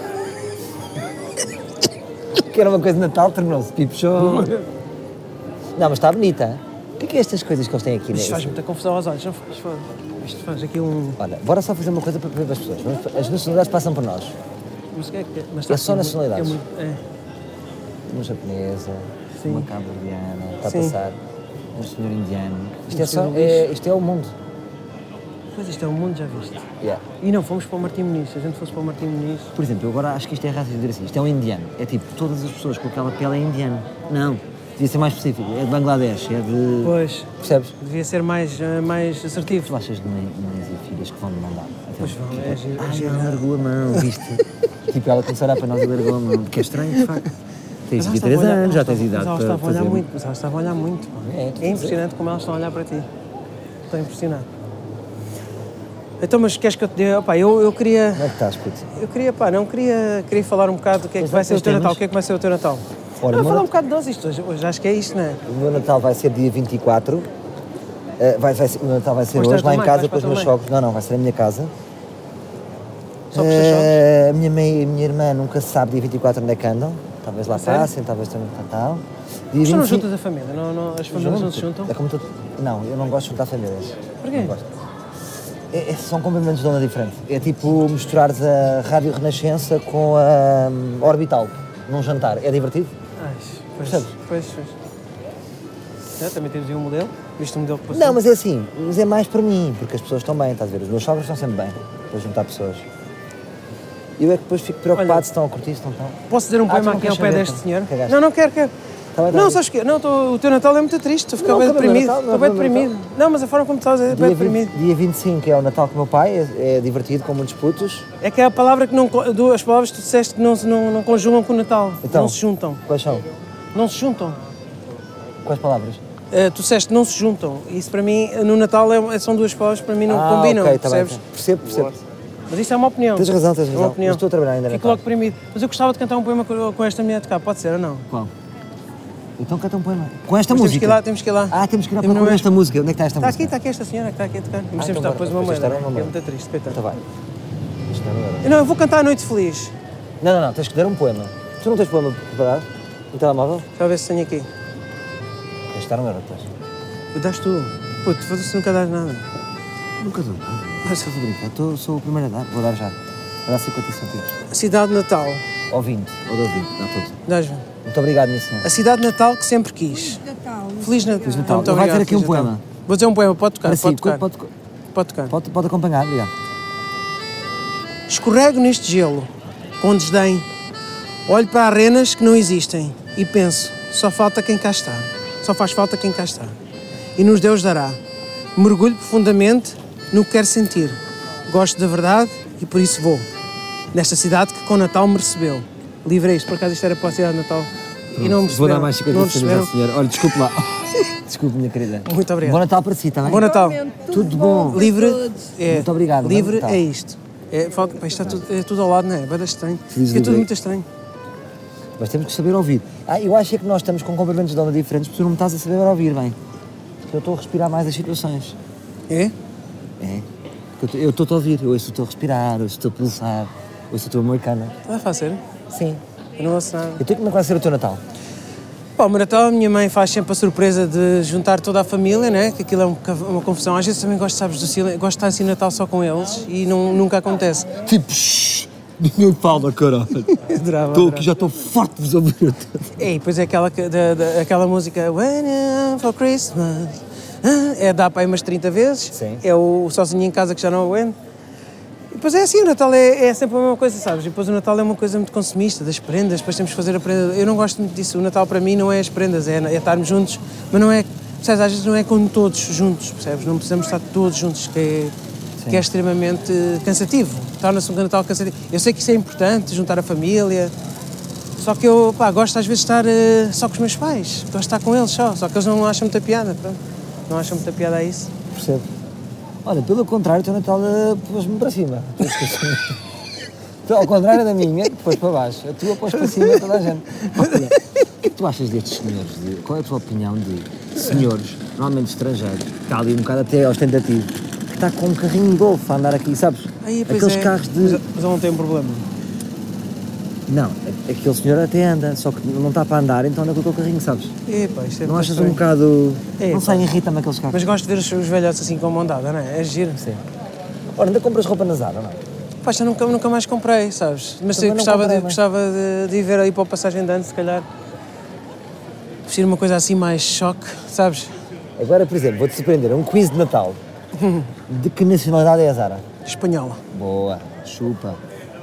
Que era uma coisa de Natal, tornou-se pipo show. Não, mas está bonita. Hein? O que é que é estas coisas que eles têm aqui? Isto né? faz muita confusão aos olhos, não faz? Foda. Isto faz aqui um... Olha, bora só fazer uma coisa para para as pessoas. Vamos- As nacionalidades passam por nós. Mas o que é que é? Mas É está só assim, nacionalidades. É muito, é. Uma japonesa, Sim. uma cabo-verdiana, está a Sim. passar. Um senhor indiano. Isto Um é só. senhor É, isto é o mundo. Pois isto é o mundo, já viste? Yeah. E não fomos para o Martim Muniz, se a gente fosse para o Martim Muniz... Por exemplo, eu agora acho que isto é racista dizer assim, isto é um indiano. É tipo, todas as pessoas com aquela pele é indiano. Não, devia ser mais específico. É de Bangladesh, é de... Pois, Percebes? devia ser mais, eh, mais Tu assertivo. achas de mães mães e filhas que vão de mão dada? Pois vão, é giro, é Ai, giro. ela largou a mão, viste? Tipo, ela começou a olhar para nós e largou a mão. Que é estranho, de facto. Tens Mas elas vinte e três estavam a olhar- anos, já elas tens estavam- idade mas elas para estavam a olhar fazer... muito, mas elas estavam a olhar muito. pá. É, estou a É dizer. impressionante como elas estão a olhar para ti. Estou impressionado. Então, mas queres que eu te dê... Opá, eu, eu queria... Como é que estás, puto? Eu queria, pá, não queria, queria falar um bocado do que é que Mas vai ser o tens teu temas? Natal. O que é que vai ser o teu Natal? Olha, não, o meu falar um Nat- bocado de nós isto hoje. Hoje acho que é isto, não é? O meu Natal vai ser dia vinte e quatro. Eh, vai, vai ser, o meu Natal vai ser Vais estar hoje, lá em também? casa, Vais com os para meus também? sogros. Não, não, vai ser a minha casa. Só para os teus sogros? Eh, a minha mãe e a minha irmã nunca se sabe dia vinte e quatro onde é que andam. Talvez lá A sério? passem, talvez tenham no Natal. Dia Estão vinte e cinco juntas a família, não, não, as famílias não se juntam? É como tu... Não, eu não gosto de juntar famílias. Porquê? Não gosto. É, é- são complementos de onda diferente. É tipo misturares a Rádio Renascença com a hum, Orbital num jantar. É divertido? Ai, pois, Percebes? pois, pois. É, também temos aí um modelo, viste o modelo que passou? Não, mas é assim, mas é mais para mim, porque as pessoas estão bem, estás a ver? Os meus sogros estão sempre bem, para juntar pessoas. Eu é que depois fico preocupado Olha, se estão a curtir, se não estão. Posso dizer um Ah, tu poema não aqui ao queres pé saber, deste então? senhor? Cagaste. Não, não quero, quero. Tá bem, tá Não, bem. sabes que não, tô, o teu Natal é muito triste, estou a ficar Não, bem como é meu deprimido. Natal? Não é Estou bem meu Natal. deprimido. Não, mas a forma como estás é bem Dia, deprimido. vinte, dia vinte e cinco é o Natal com o meu pai, é, é divertido, com muitos putos. É que é a palavra que não, co- duas palavras que tu disseste que não, se- não, não conjugam com o Natal. Então? Não se juntam. Quais são? Não se juntam. Quais palavras? Uh, tu disseste não se juntam. Isso para mim, no Natal, é, são duas palavras que para mim não ah, combinam, ok, tá bem, percebes? tá. Percebo, percebo. Mas isso é uma opinião. Tens razão, tens É razão. uma opinião. Mas estou a trabalhar ainda na Fico logo deprimido. Mas eu gostava de cantar um poema com, com esta mulher de cá, pode ser ou não? Qual? Então canta um poema. Com esta Mas temos música? que ir lá, temos que ir lá. Ah, temos que ir lá Temos para no esta música. Onde é que está esta Está música? aqui, está aqui esta senhora que está aqui a tocar. Mas então temos que estar bora, depois uma depois moeda. tens de dar uma que É moeda. muito triste, coitado. Então vai. Isto não é Não, eu vou cantar a Noite Feliz. Não, não, não, tens que dar um poema. Tu não tens poema preparado? No telemóvel? Deixa eu ver se tenho aqui. Tens de dar um euro, depois. Das tu. Puto, foda-se, nunca dás nada. Nunca dou. Ah, estou a brincar. Estou- Sou o primeiro a dar. Vou dar já. Vou dar cinquenta centavos. A cidade de Natal. Ou vinte. Ou dou vinte. Dá tudo. Dás-me. Muito obrigado, minha senhora. A cidade de Natal que sempre quis. Feliz Natal. Feliz Natal. Ele vai dizer aqui um poema. Vou dizer um poema, pode tocar, Para si, pode tocar. pode, Pode tocar. pode, pode acompanhar, obrigado. Escorrego neste gelo, com desdém. Olho para arenas que não existem e penso, só falta quem cá está. Só faz falta quem cá está. E nos Deus dará. Mergulho profundamente no que quero sentir. Gosto da verdade e por isso vou. Nesta cidade que com Natal me recebeu. Livrei isto, por acaso isto era para a cidade de Natal. E não me Vou receberam. dar mais cinquenta não segundos receberam. à senhora. Olha, desculpe lá. Desculpe, minha querida. Muito obrigado. Bom Natal para si, está bem? Bom Natal. Tudo bom. Livre é, Muito obrigado, livre bom Natal. é isto. É, falta, pá, isto está tudo, é tudo ao lado, não é? Bada estranho. Feliz É tudo livre. muito estranho. Mas temos que saber ouvir. Ah, eu acho é que nós estamos com comportamentos de onda diferentes porque tu não me estás a saber ouvir bem. Eu estou a respirar mais as situações. É? É. Porque Eu estou a ouvir, eu ouço o teu respirar, eu ouço o teu pulsar, eu ouço a tua moicana. Está a fazer? Sim. Eu não ouço nada. Então como é que vai ser o teu Natal? Pá, o meu Natal, a minha mãe faz sempre a surpresa de juntar toda a família, né? Que aquilo é um boca- uma confusão. Às vezes também gosto, sabes, do silêncio, gosto de estar assim Natal só com eles e não, nunca acontece. Tipo, shhh, ninguém fala, caralho. Adorava, Estou adorava. aqui, já estou forte de vos ouvir. É, e depois é aquela, que- da, da, aquela música When I'm for Christmas. Ah, é dá para aí umas trinta vezes. Sim. É o sozinho em casa que já não aguento. E depois é assim, o Natal é, é sempre a mesma coisa, sabes? E depois o Natal é uma coisa muito consumista, das prendas, depois temos que fazer a prenda. Eu não gosto muito disso. O Natal para mim não é as prendas, é, é estarmos juntos, mas não é, percebes, às vezes não é com todos juntos, percebes? Não precisamos estar todos juntos, que é, que é extremamente cansativo. Torna-se um Natal cansativo. Eu sei que isso é importante, juntar a família, só que eu, pá, gosto às vezes de estar eh, só com os meus pais, gosto de estar com eles só, só que eles não acham muita piada, pronto. Não acham muita piada a isso. Percebo. Olha, pelo contrário, o teu Natal eh, pôs-me para cima. Tu, ao contrário da minha, que pôs para baixo. A tua pôs para cima toda a gente. Olha, o que é que tu achas destes senhores? De, qual é a tua opinião de senhores, normalmente estrangeiros, que está ali um bocado até ostentativo, que está com um carrinho de golfe a andar aqui, sabes? Aí, pois Aqueles é. carros de... Mas, mas ele não tem um problema. Não, aquele senhor até anda, só que não está para andar, então anda com o teu carrinho, sabes? Epá, isto é Não muito achas um estranho. bocado... É, não pá. sei, irrita-me aqueles carros. Mas gosto de ver os, os velhotes assim com a mão dada, não é? É giro. Sim. Ora, ainda compras roupa na Zara, não é? Pá, já nunca, nunca mais comprei, sabes? Mas Também eu não gostava, comprei, de, mas- gostava de, de ir ver aí para o Passagem de Ano, se calhar. Vestir uma coisa assim mais choque, sabes? Agora, por exemplo, vou-te surpreender, um quiz de Natal. De que nacionalidade é a Zara? Espanhola. Boa, chupa.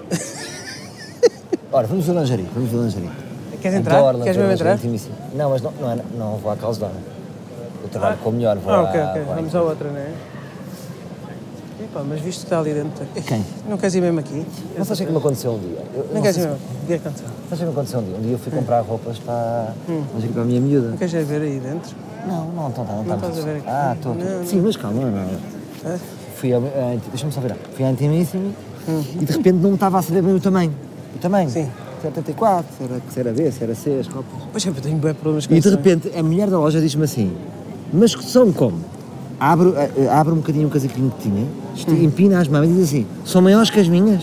Ora, vamos ver lingerie, vamos ver lingerie. Queres entrar? Adoro Queres lingerie, mesmo entrar? intimíssimo. Não, mas não, não, é, não vou à Calzedona. Eu trabalho com o melhor, vou Ah, à... ok, ok. vou à- Vamos à outra, não é? Epá, mas visto que está ali dentro. Quem? Não queres ir mesmo aqui? Não sabes o que é que me aconteceu um dia? Eu, Não sei queres ir se- mesmo? O que é que aconteceu? Sabes o que me aconteceu um dia? Um dia eu fui comprar roupas para, lingerie para a minha miúda. Não queres ir ver aí dentro? Não, não, então, não, não, Não está estás a ver aqui? Ah, estou. Não, não. Sim, mas calma, não, não. É? Fui ao, a, deixa-me só virar. Fui à Intimissimi e de repente não me estava a saber bem o tamanho. O tamanho? Sim. Se era oitenta e quatro, se era, se era B, se era C, as roupas. Pois é, eu tenho bem problemas com E de isso. repente a mulher da loja diz-me assim: mas que são como? Abre, a- a- abre um bocadinho o casaquinho que tinha, esti- Hum. empina as mãos e diz assim: são maiores que as minhas?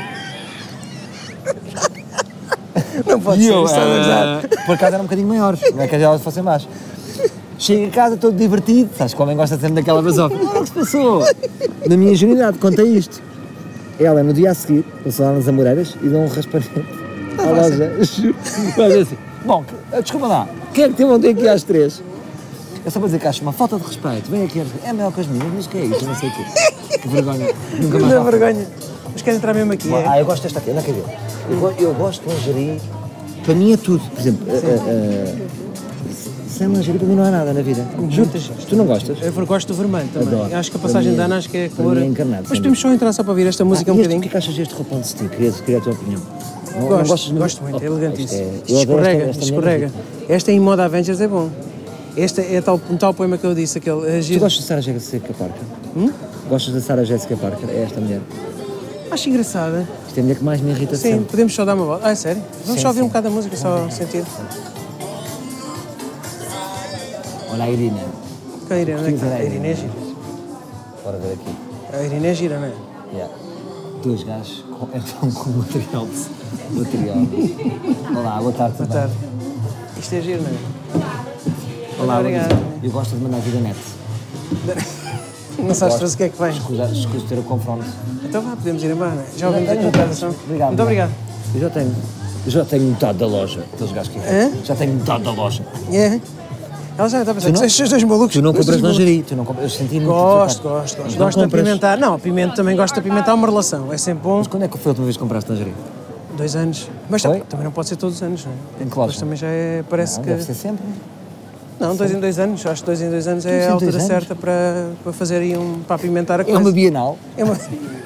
Não pode E ser, eu, isto está a gozar. "Ah, por acaso eram um bocadinho maiores, não é que elas fossem mais. Chego a casa todo divertido, sabes que o homem gosta sempre daquela basófia. O que é que se passou? Na minha ingenuidade, conta isto. Ela, no dia a seguir, passou lá nas Amoreiras e deu um raspanete à loja. Vai ver assim, bom, que- desculpa lá, quem é que teve ontem aqui às três? É só para dizer que acho uma falta de respeito. Vem aqui, é maior que as minhas, mas o que é isso? Eu não sei o quê. Que vergonha. Nunca mais Não lá fui. vergonha. Mas queres entrar mesmo aqui, é? Ah, eu gosto desta aqui, anda cá ver. Eu, go- eu gosto de lingerie, para mim é tudo. Por exemplo, eh, eh, sem lingerie para mim não há nada na vida. Muita Juro. Tu não gostas? Eu gosto do vermelho também. Adoro. Acho que a Para passagem mim de é- ano acho que é a para cor. mim é encarnado, Mas sem podemos só entrar só para ouvir esta música Ah, um e este, bocadinho. o que é que achas deste roupão de stick? Queria, queria a tua opinião. Não, Gosto, não gostas muito? gosto muito, é Oh, elegantíssimo. isto é- Isto eu adoro escorrega, esta- esta isto mulher escorrega. aqui. Esta em moda Avengers é bom. Esta é tal, um tal poema que eu disse, aquele é Tu giro. gostas da Sarah Jessica Parker? Hum? Gostas da Sarah Jessica Parker? É esta mulher. Acho engraçada. Isto é a mulher que mais me irrita de Sim, sempre. podemos só dar uma volta. Ah, é sério? Vamos Sim, só ouvir sim. um bocado da música, só sentir. Olha a Irina. Que a Irina, Sim, a Irina é gira. Bora ver aqui. A Irina é gira, não é? Yeah. Dois gajos com, então, com material de material. Olá, boa tarde. Boa também. tarde. Isto é giro, não é? Olá, Obrigado. bom dia. Eu gosto de mandar vida net. Não sabes o que é que vem. Escusa, escuso ter o confronto. Então vá, podemos ir embora, não é? Já ouvimos Já aqui tenho, a apresentação. Obrigado. Muito obrigado. Eu já tenho. Eu já tenho metade da loja. Aqueles gajos que Hã? Já tenho metade da loja. É? Ela já está a pensar Tu que não- estes dois malucos... Tu não estes compras malucos- lingerie, tu não compras. Eu senti muito. Gosto, desconfortável. gosto, gosto. Não Gosto de compras. apimentar. Não, pimento também gosto de apimentar uma relação. É sempre bom. Mas quando é que foi a última vez que compraste lingerie? Dois anos. Mas Foi? também não pode ser todos os anos, não é? Em que Depois loja? também já é... Parece Não, que... deve ser sempre. Não, dois em dois anos. Acho que dois em dois anos é Dois em a altura dois anos? certa para, para fazer aí um... para apimentar a É coisa. uma bienal. É uma...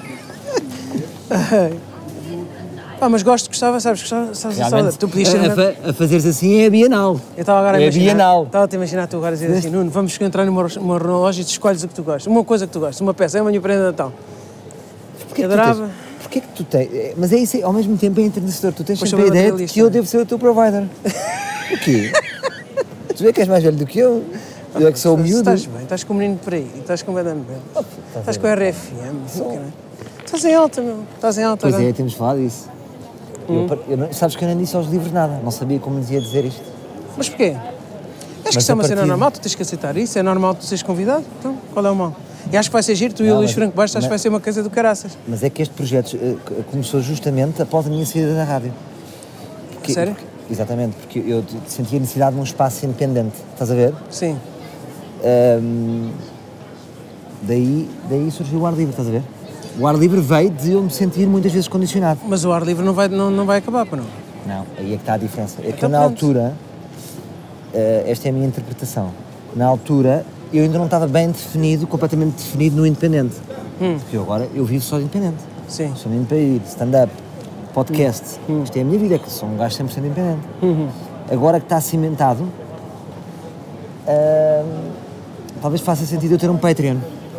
Pá, mas gosto, gostava, sabes, gostava, sabes, Realmente, tu podias ser... a, a, fa- a fazeres assim é a bienal. Eu estava agora a É imaginar, bienal. estava a te imaginar tu agora a dizer assim, Nuno, vamos entrar numa, numa loja e tu escolhes o que tu gostas, uma coisa que tu gostas, uma peça, é uma minha prenda de Natal. Porquê Eu que tu adorava. tens- Porquê que tu tens... é, Mas é isso, ao mesmo tempo é entrenecedor. Tu tens Pois sempre a sou ideia de materialista, que eu não é? devo ser o teu provider. O quê? Tu é que és mais velho do que eu. Eu é que sou o miúdo. Estás bem, estás com o menino por aí, estás completamente bem. Estás Estás a com a ver? R F M, caralho. Estás em alta, meu, estás em alta Pois agora. é, temos falado disso. Hum. Eu, eu não- sabes que eu nem disse aos livros nada. Não sabia como dizia dizer isto. Mas porquê? Acho Mas que isso é a uma cena partir- normal, tu tens que aceitar isso, é normal tu seres convidado, então qual é o mal? E acho que vai ser giro, tu e o Não, Luís mas- Franco Bastos, acho que vai mas- ser uma coisa do caraças. Mas é que este projeto eh, c- começou justamente após a minha saída da rádio. Porque- Sério? porque- exatamente, porque eu t- sentia a necessidade de um espaço independente. Estás a ver? Sim. Ahm, daí, daí surgiu o ar livre, estás a ver? O ar livre veio de eu me sentir muitas vezes condicionado. Mas o ar livre não vai, não, não vai acabar, para não? Não, aí é que está a diferença. É que Então eu, na pronto. altura, eh, esta é a minha interpretação, na altura eu ainda não estava bem definido, completamente definido no independente. Hum. Porque eu agora eu vivo só de independente. Sim. Sou menino para ir, stand-up, podcast. Hum. Isto é a minha vida, é que sou um gajo cem por cento independente. Agora que está cimentado, ahm, talvez faça sentido eu ter um Patreon.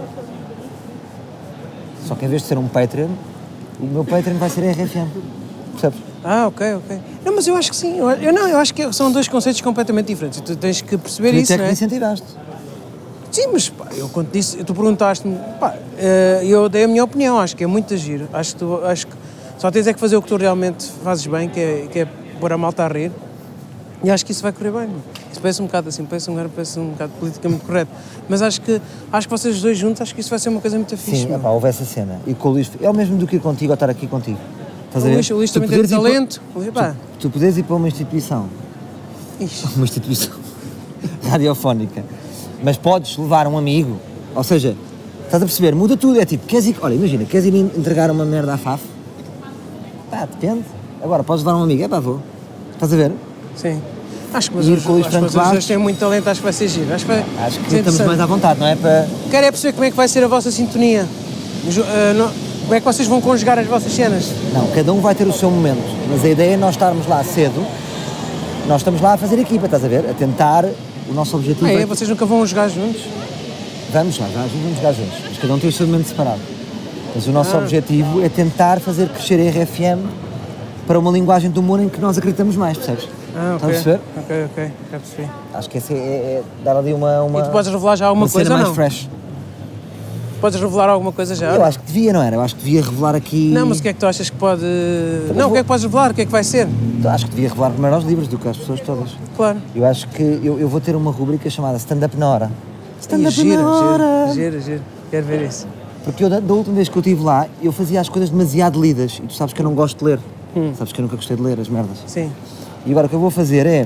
Só que em vez de ser um Patreon, o meu Patreon vai ser a R F M. Percebes? Ah, ok, ok. Não, mas eu acho que sim. Eu, eu não, eu acho que são dois conceitos completamente diferentes. E tu tens que perceber Tu isso, até não que é? me incentivaste. Sim, mas pá, eu quando disse, tu perguntaste-me, pá, eh, eu dei a minha opinião, acho que é muito giro. Acho que, tu, acho que só tens é que fazer o que tu realmente fazes bem, que é, que é pôr a malta a rir. E acho que isso vai correr bem. Meu. Isso parece um bocado assim, parece um, parece um bocado politicamente correto. Mas acho que, acho que vocês dois juntos, acho que isso vai ser uma coisa muito fixe. Sim, meu. epá, houve essa cena. E com o Luís, é o mesmo do que ir contigo ou estar aqui contigo. Estás a O ver? Luís, o Luís Tu também tem poderes ir para- talento. O Luís, pá, Tu poderes ir para uma instituição, ixi, uma instituição radiofónica, mas podes levar um amigo, ou seja, estás a perceber, muda tudo, é tipo, queres ir, olha, imagina, queres ir entregar uma merda à F A F? Pá, depende. Agora, podes levar um amigo, é pá, vou. Estás a ver? sim. Acho que mas Ir os, com o Luís acho que Franco os dois Bastos. têm muito talento, acho que vai ser giro. Acho que, vai Acho que ser estamos interessante. mais à vontade, não é? Para... Quero é perceber como é que vai ser a vossa sintonia. Jo- eh, não- como é que vocês vão conjugar as vossas cenas? Não, cada um vai ter o seu momento, mas a ideia é nós estarmos lá cedo, nós estamos lá a fazer equipa, estás a ver? A tentar, o nosso objetivo Ah, é... é? Vocês nunca vão jogar juntos? Vamos lá, já, vamos jogar juntos, mas cada um tem o seu momento separado. Mas o nosso Ah. objetivo é tentar fazer crescer a R F M para uma linguagem do humor em que nós acreditamos mais, percebes? Ah, Estás a ok. perceber? Ok, ok, já percebi. Acho que esse é, é- é dar ali uma, uma, E tu podes revelar já alguma uma coisa cena ou mais não? fresh. Podes revelar alguma coisa já? Eu acho que devia, não era? Eu acho que devia revelar aqui... Não, mas o que é que tu achas que pode... Não, vou- o que é que podes revelar? O que é que vai ser? Acho que devia revelar primeiro aos livros do que às pessoas todas. Claro. Eu acho que eu, eu vou ter uma rubrica chamada Stand-up na hora. Ih, gira, gira, gira, gira. Quero ver isso. Porque eu, da, da última vez que eu estive lá, eu fazia as coisas demasiado lidas. E tu sabes que eu não gosto de ler. Hum. Sabes que eu nunca gostei de ler as merdas. Sim. E agora o que eu vou fazer é...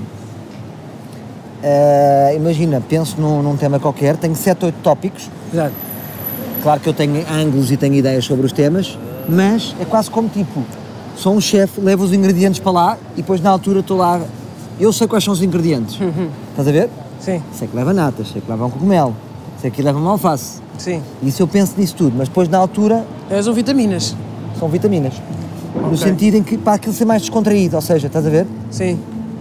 eh, imagina, penso num, num tema qualquer, tenho sete, oito tópicos. Exato. Claro que eu tenho ângulos e tenho ideias sobre os temas, mas é quase como tipo... Sou um chefe, levo os ingredientes para lá e depois na altura estou lá... Eu sei quais são os ingredientes. Uhum. Estás a ver? Sim, Sei que leva natas, sei que leva um cogumelo, sei que leva uma alface. sim. Isso eu penso nisso tudo, mas depois na altura És um vitaminas. são vitaminas. No Ok. sentido em que para aquilo ser mais descontraído, ou seja, estás a ver? Sim.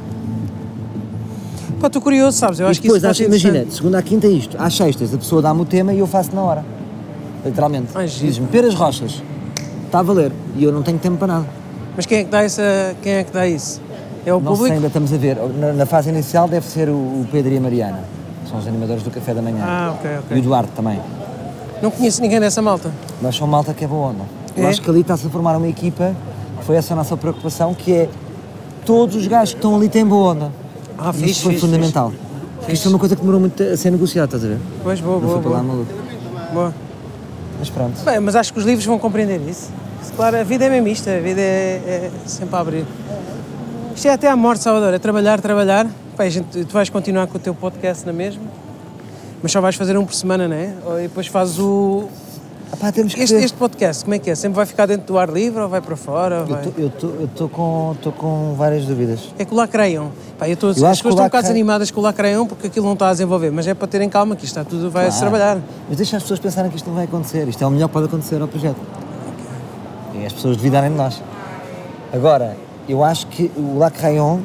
Pá, estou curioso, sabes? Eu e acho que depois, isso pode acho, ser imagina, interessante. de segunda à quinta é isto, às sextas a pessoa dá-me o tema e eu faço na hora. Literalmente. Ai, giro. Diz-me, Peras Rochas, está a valer, e eu não tenho tempo para nada. Mas quem é que dá essa... Quem é que dá isso? É o Não sei, público? ainda estamos a ver. Na, na fase inicial deve ser o, o Pedro e a Mariana, são os animadores do Café da Manhã. Ah, ok, E o ok. Duarte também. Não conheço ninguém dessa malta. Mas são malta que é boa onda. Eu É? acho que ali está-se a formar uma equipa, que foi essa a nossa preocupação, que é todos os gajos que estão ali têm boa onda. Ah, E fixe, isto foi fixe, fundamental. Porque isto foi uma coisa que demorou muito a ser negociada, estás a ver? Pois, boa, Não boa, foi para lá boa. maluco. boa. Mas pronto. Bem, mas acho que os livros vão compreender isso. Claro, a vida é mesmo isto, a vida é, é sempre a abrir. Isto é até à morte, Salvador, é trabalhar, trabalhar, Pá, a gente, tu vais continuar com o teu podcast na mesma, mas só vais fazer um por semana, não é? Ou depois fazes o... Ah, pá, temos que Este, ver. este podcast, como é que é? Sempre vai ficar dentro do ar livre ou vai para fora? Ou vai... Eu estou com, tô com várias dúvidas. É com o Lacreion. Pá, eu tô, Eu as acho pessoas que o estão um bocado Lacre- desanimadas com o Lacreion porque aquilo não está a desenvolver, mas é para terem calma que isto está tudo, vai-se Claro. trabalhar. Mas deixa as pessoas pensarem que isto não vai acontecer. Isto é o melhor que pode acontecer ao projeto. E as pessoas duvidarem de nós. Agora, eu acho que o Lac Rayon,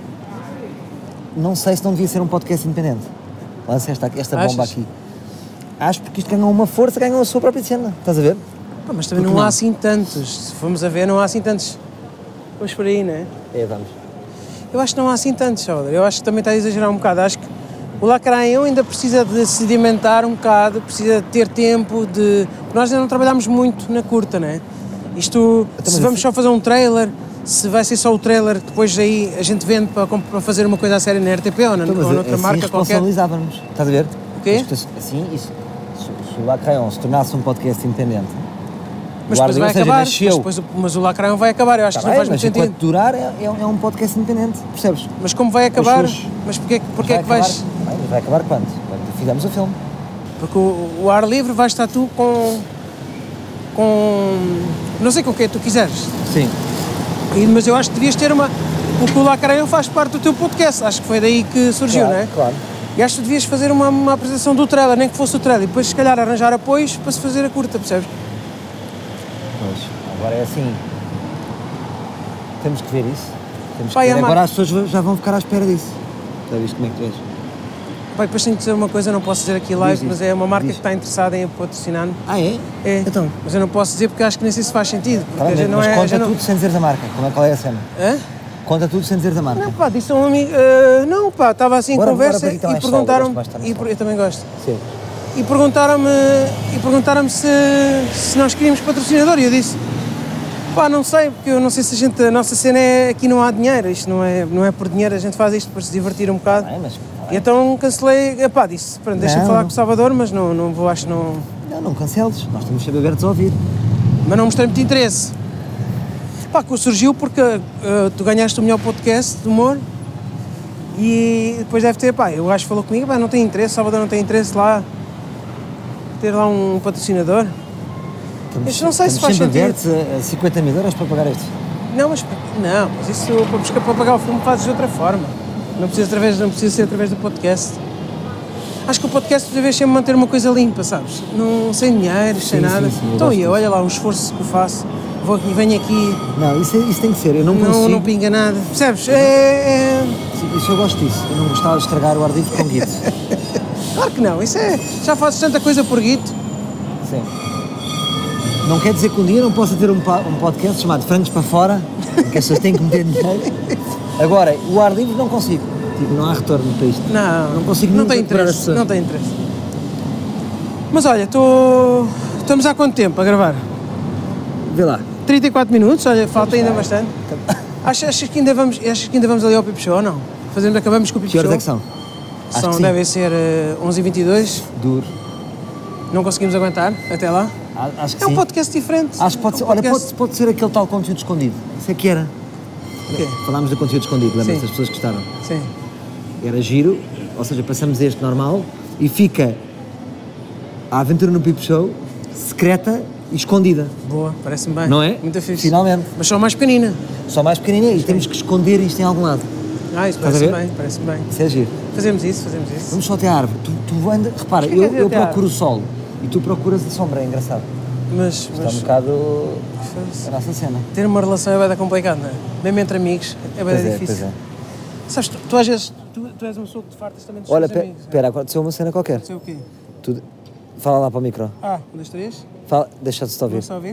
não sei se não devia ser um podcast independente. Lança esta, esta bomba Achas? aqui. Acho porque isto ganhou uma força, ganhou a sua própria cena. Estás a ver? Pá, mas também Porque não, há não? assim tantos. Se formos a ver, não há assim tantos. Vamos por aí, não é? É, vamos. Eu acho que não há assim tantos, Salvador. Eu acho que também está a exagerar um bocado. Acho que o Lacreion ainda precisa de sedimentar um bocado, precisa de ter tempo de... Nós ainda não trabalhámos muito na curta, não é? Isto, Então, se mas vamos isso- só fazer um trailer, se vai ser só o trailer, depois aí a gente vende para, para fazer uma coisa a sério na R T P ou, na, Então, mas ou noutra assim marca qualquer. responsabilizávamos. Estás a ver? O quê? Isto, assim, isso, se, se o Lac Rayon se tornasse um podcast independente, Mas o depois Ar- vai ou seja, acabar, nasceu- mas, depois, o- mas o Lacreion vai acabar, eu acho Tá que não bem, faz muito mas sentido. enquanto durar é, é, é um podcast independente, percebes? Mas como vai acabar, pessoas- mas porquê, porquê é Vai que vais... acabar- Bem, vai acabar quando? Quando fizermos o filme. Porque o, o ar livre vais estar tu com... com... não sei com o que tu quiseres. Sim. E- mas eu acho que devias ter uma... Porque o Lacreion faz parte do teu podcast, acho que foi daí que surgiu, Claro, não é? claro. E acho que devias fazer uma, uma apresentação do trailer, nem que fosse o trailer, e depois se calhar arranjar apoios para se fazer a curta, percebes? Mas agora é assim. Temos que ver isso. Temos Vai, que ver. Amar. Agora as pessoas já vão ficar à espera disso. Já viste como é que tu és? Pai, depois tenho que dizer uma coisa, não posso dizer aqui live, Diz isso, mas é uma marca diz. que está interessada em patrocinar-me. Ah, é? É, Então. mas eu não posso dizer porque acho que nem sei se faz sentido. Porque Tá bem, a gente mas não é, a conta gente não... tudo sem dizer da marca. Como é, qual é a cena? Hã? Conta tudo sem dizer da marca. Não, pá, disse a um amigo. eh, não, pá, estava assim em Bora- bora conversa para aqui, então, e é sol, perguntaram-me. eu gosto mais de estar no e sol. per- Eu também gosto. Sim. E perguntaram-me e perguntaram-me se, se nós queríamos patrocinador e eu disse. Pá, não sei, porque eu não sei se a gente. A nossa cena é. Aqui não há dinheiro, isto não é, não é por dinheiro, a gente faz isto para se divertir um bocado. Tá bem, mas, tá E bem. então cancelei. Epá, disse, pronto, deixa-me Não, falar não. com o Salvador, mas não, não vou, acho que não. Não, não canceles. Nós estamos sempre abertos a ouvir. Mas não mostrei muito interesse. Pá, que surgiu porque eh, tu ganhaste o melhor podcast de humor e depois deve ter, pá, o gajo falou comigo, pá, não tem interesse, Salvador não tem interesse lá, ter lá um patrocinador. Estamos, Isto não sei se estamos faz sempre sentido. abertos a, a cinquenta mil euros para pagar isto. Não, mas não, mas isso para, buscar, para pagar o filme fazes de outra forma. Não precisa, através, não precisa ser através do podcast. Acho que o podcast deve sempre manter uma coisa limpa, sabes? Não, sem dinheiro, sem Sim, nada. sim, sim, eu Então, gosto e disso. olha lá o esforço que eu faço. Vou aqui, venho aqui, Não, isso, é- isso tem que ser. Eu não, não, consigo. não pinga nada. Percebes? É, é... Isso eu gosto disso. Eu não gostava de estragar o ar livre com guito. Claro que não, isso é. Já fazes tanta coisa por guito. Sim. Não quer dizer que um dia não possa ter um, pa- um podcast chamado Frangos para Fora, em que as pessoas têm que meter dinheiro. Agora, o ar livre não consigo. Tipo, não há retorno para isto. Não, Não consigo não nunca tem recuperar as interesse. pessoas. Não tem interesse. Mas olha, estou. Estamos há quanto tempo a gravar? Vê lá. trinta e quatro minutos, olha, falta ainda bastante. Achas, achas, que ainda vamos, achas que ainda vamos ali ao Pipo Show ou não? Fazemos, acabamos com o Pipo Que horas Show? é que são? Acho São, que sim. devem ser eh, onze e vinte e dois. Duro. Não conseguimos aguentar até lá. A- Acho que É um sim. podcast diferente. Acho que pode É ser, um olha, podcast- pode, pode ser aquele tal conteúdo escondido. Isso é que era. O quê? Falámos do conteúdo escondido, lembra-se? Sim. As pessoas gostaram. Sim. Era giro, ou seja, passamos este normal e fica a aventura no Pipo Show secreta e escondida. Boa, parece-me bem. Não é? Muito fixe. Finalmente. Mas só mais pequenina. Só mais pequenininha e temos que esconder isto em algum lado. Ah, isso Estás a parece-me ver? bem, parece-me bem. Isso é giro. Fazemos isso, fazemos isso. Vamos só até à árvore. Tu, tu anda, repara, Mas o que é eu, que é eu até à procuro o sol e tu procuras a sombra, é engraçado. Mas, Está um mas bocado a nossa cena. ter uma relação é bem complicado, não é? Mesmo entre amigos é bem Pois é, difícil. pois é. Sabes, tu, tu às vezes, tu, tu és uma pessoa que te fartas também dos Olha, teus pe- amigos. espera, aconteceu uma cena qualquer. Sei o quê? Tu, fala lá para o micro. Ah, um, dois, três. Fala, deixa-te de Não ouvir. está a ouvir?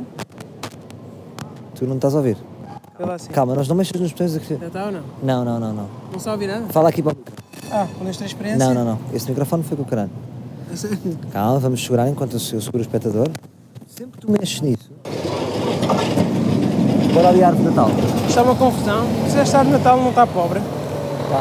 Tu não estás a ouvir. Vê lá assim. Calma, nós não mexas nos botões aqui. Já está ou não? Não, não, não, não. Não está a ouvir nada? Fala aqui para o micro. Ah, um, dois, três, experiência. Não, não, não. Esse microfone foi com o caralho. A sério? Calma, vamos segurar enquanto eu seguro o espectador. Sempre que tu mexes nisso. Bora ali à árvore de Natal. Isto é uma confusão. Se esta árvore de Natal não está pobre. Tá.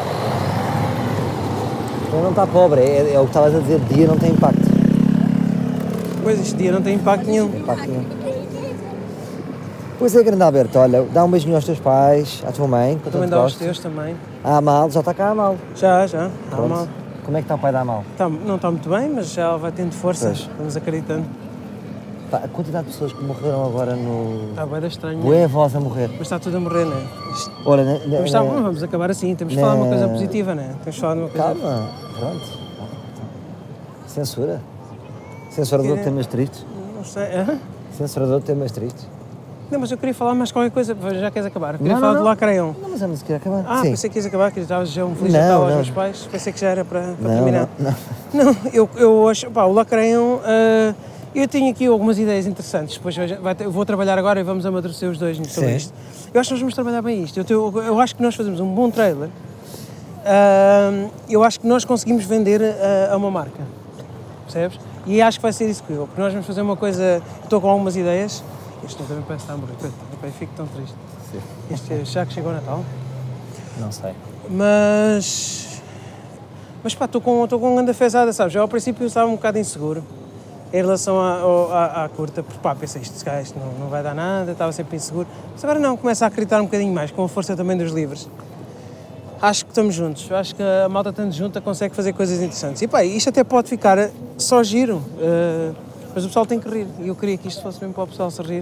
Então não está pobre, é, é o que estavas a dizer, dia não tem impacto. Pois, este dia não tem impacto nenhum. Impacto nenhum. Pois é, grande Alberto, olha, dá um beijinho aos teus pais, à tua mãe, que eu Também tanto dá aos gosto. teus também. A Amal, já está cá a Amal. Já, já. Pronto. Normal. Como é que está o pai da Amal? Tá, não está muito bem, mas já vai tendo força. Pois. Vamos acreditando. Pá, a quantidade de pessoas que morreram agora no... Está bem estranho. Bué avós a morrer. Mas está tudo a morrer, não é? Isto- Ora, na, na, Vamos, estar- na- vamos acabar assim, temos de na- falar de uma coisa positiva, não é? Temos de falar de uma coisa... Calma, pronto. Censura. Censurador de Que- temas tristes. Não sei. Hã? Censurador de temas tristes. Não, mas eu queria falar mais qualquer coisa, já queres acabar? Eu queria Não, falar não, do não. Lacraião. Não, mas vamos querer acabar. Ah, Sim. pensei que ias acabar, que estavas já um Feliz Não, Natal aos não. meus pais. Pensei que já era para, para Não, terminar. não, não. Não, eu, eu acho, pá, o Lacraião, ah, eu tenho aqui algumas ideias interessantes, depois vai, vai ter- eu vou trabalhar agora e vamos amadurecer os dois sobre Sim. isto. Eu acho que nós vamos trabalhar bem isto, eu, tenho- eu acho que nós fazemos um bom trailer, ah, eu acho que nós conseguimos vender a, a uma marca, percebes? E acho que vai ser isso que eu, porque nós vamos fazer uma coisa, estou com algumas ideias, este também parece estar a morrer, coitado, eu fico tão triste. Sim. Este, já que chegou o Natal. Não sei. Mas. Mas pá, estou com, estou com uma grande fezada, sabes? Eu ao princípio eu estava um bocado inseguro em relação à, ao- à, à curta, porque pá, pensei isto, se calhar isto não, não vai dar nada, estava sempre inseguro. Mas agora não, começo a acreditar um bocadinho mais, com a força também dos livros. Acho que estamos juntos, acho que a malta estando junta consegue fazer coisas interessantes. E pá, isto até pode ficar só giro, eh, mas o pessoal tem que rir. E eu queria que isto fosse mesmo para o pessoal se rir.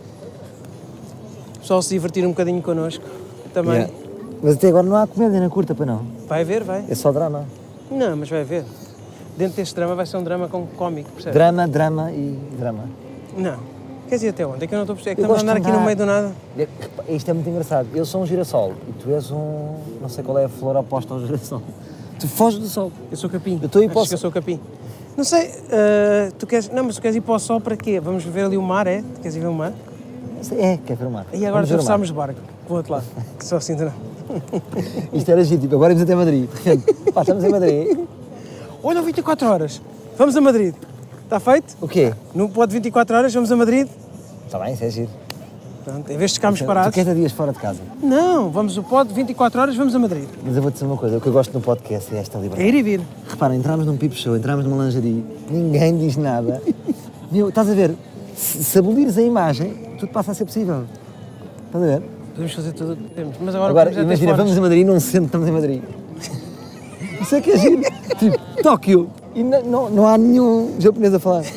O pessoal se divertir um bocadinho connosco também. Yeah. Mas até agora não há comédia na curta, para não. Vai ver, vai. É só drama. Não, mas vai ver. Dentro deste drama vai ser um drama com cómico, percebes? Drama, drama e drama. Não. Quer dizer, até onde? É que eu não estou a perceber. É que Eu estamos a gosto andar de aqui no andar. meio do nada. É- Isto é muito engraçado. Eu sou um girassol e tu és um... Não sei qual é a flor oposta ao girassol. Tu foges do sol. Eu sou capim. Eu estou a ir para o Achas que eu sol. sou capim? Não sei, ah, tu queres... Não, mas tu queres ir para o sol para quê? Vamos ver ali o mar, é? Tu queres ir ver o mar? É, quer ver o mar. E agora Vamos ver o mar. atravessámos de barco, para o outro lado. Que só assim, não. Isto era giro, tipo, agora vamos até Madrid. De repente, pá, estamos em Madrid. Olha, vinte e quatro horas. Vamos a Madrid. Está feito? O quê? No pode vinte e quatro horas, vamos a Madrid. Está bem, isso é giro. Pronto, em vez de ficarmos Tu parados. queres ter dias fora de casa. Não, vamos o pod vinte e quatro horas, vamos a Madrid. Mas eu vou-te dizer uma coisa, o que eu gosto no podcast é esta É liberdade. ir e vir. Repara, entramos num pipo show, entramos numa lingerie, ninguém diz nada. Meu, estás a ver? Se, se abolires a imagem, tudo passa a ser possível. Estás a ver? Podemos fazer tudo o que temos. Mas agora, Agora, podemos é ter imagina, fones. vamos a Madrid e não se sente que estamos em Madrid. Isso é que é giro. Tipo, Tóquio. E não, não, não há nenhum japonês a falar.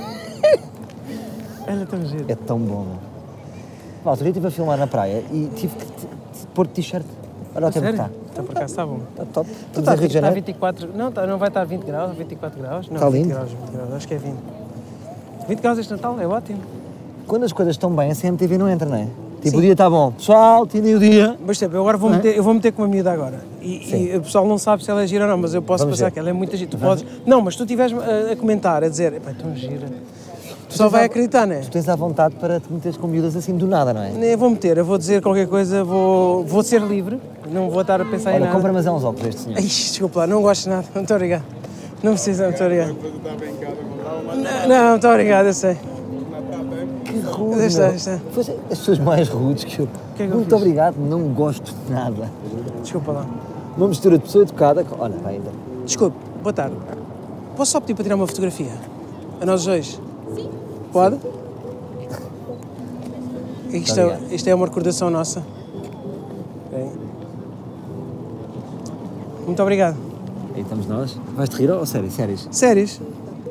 Olha, tão giro. É tão bom. meu. Pá, outro dia estive a filmar na praia e tive que te- te pôr de t-shirt. Olha o tempo que Sério? está. Está por acaso, está bom. Está top. Tu Estamos está, em Rio de está Janeiro. vinte e quatro, não, está, não vai estar vinte graus, vinte e quatro graus? Não, Está vinte lindo. graus, vinte graus, acho que é vinte. vinte graus este Natal, é ótimo. Quando as coisas estão bem, a C M T V não entra, não é? Tipo, Sim. o dia está bom. Pessoal, tirem o dia. Mas tipo, eu agora vou Não é? meter, eu vou meter com uma miúda agora. E, Sim. e o pessoal não sabe se ela é gira ou não, mas eu posso Vamos pensar ver. que ela é muito gira. Tu podes... Não, mas tu estiveres a, a comentar, a dizer, epá, é tão gira. Tu só tens vai a- acreditar, não é? Tu tens à vontade para te meteres com miúdas assim do nada, não é? Eu vou meter, eu vou dizer qualquer coisa, vou, vou ser livre, não vou estar a pensar em Olha, nada. compra mas é uns óculos este senhor. Ai, desculpa lá, não gosto de nada, muito obrigado. Não precisa, muito obrigado. Não, não, muito obrigado, eu sei. Que rude, Deixa, meu. deixa. Foste as pessoas mais rudes que eu... que é que eu Muito fiz? obrigado, não gosto de nada. Desculpa lá. Uma mistura de pessoa educada com... Olha, vai ainda. Desculpe, boa tarde. Posso só pedir para tirar uma fotografia? A nós dois? Sim. Pode? Isto é, obrigado. isto é uma recordação nossa. Ok. Muito obrigado. Aí estamos nós. Vais-te rir ou sério? Sérios? Sérios?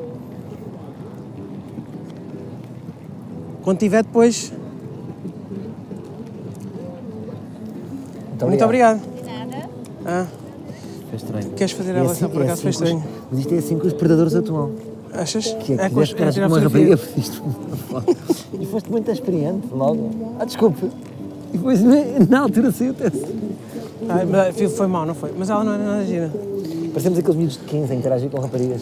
Quando tiver depois... Muito obrigado. Nada. Ah, Foi estranho. queres fazer a É relação assim- por é acaso? Foi assim que os- estranho. Mas isto é assim que os predadores atuam. Achas? Que é que É, tiveste é caras tirar com uma fotografia. rapariga pediste uma foto. E foste muito experiente logo. Ah, desculpe. E depois na altura saiu o teste. Ah, mas foi mal, não foi? Mas ela não era nada gira. Parecemos aqueles miúdos de quinze a interagir com raparigas.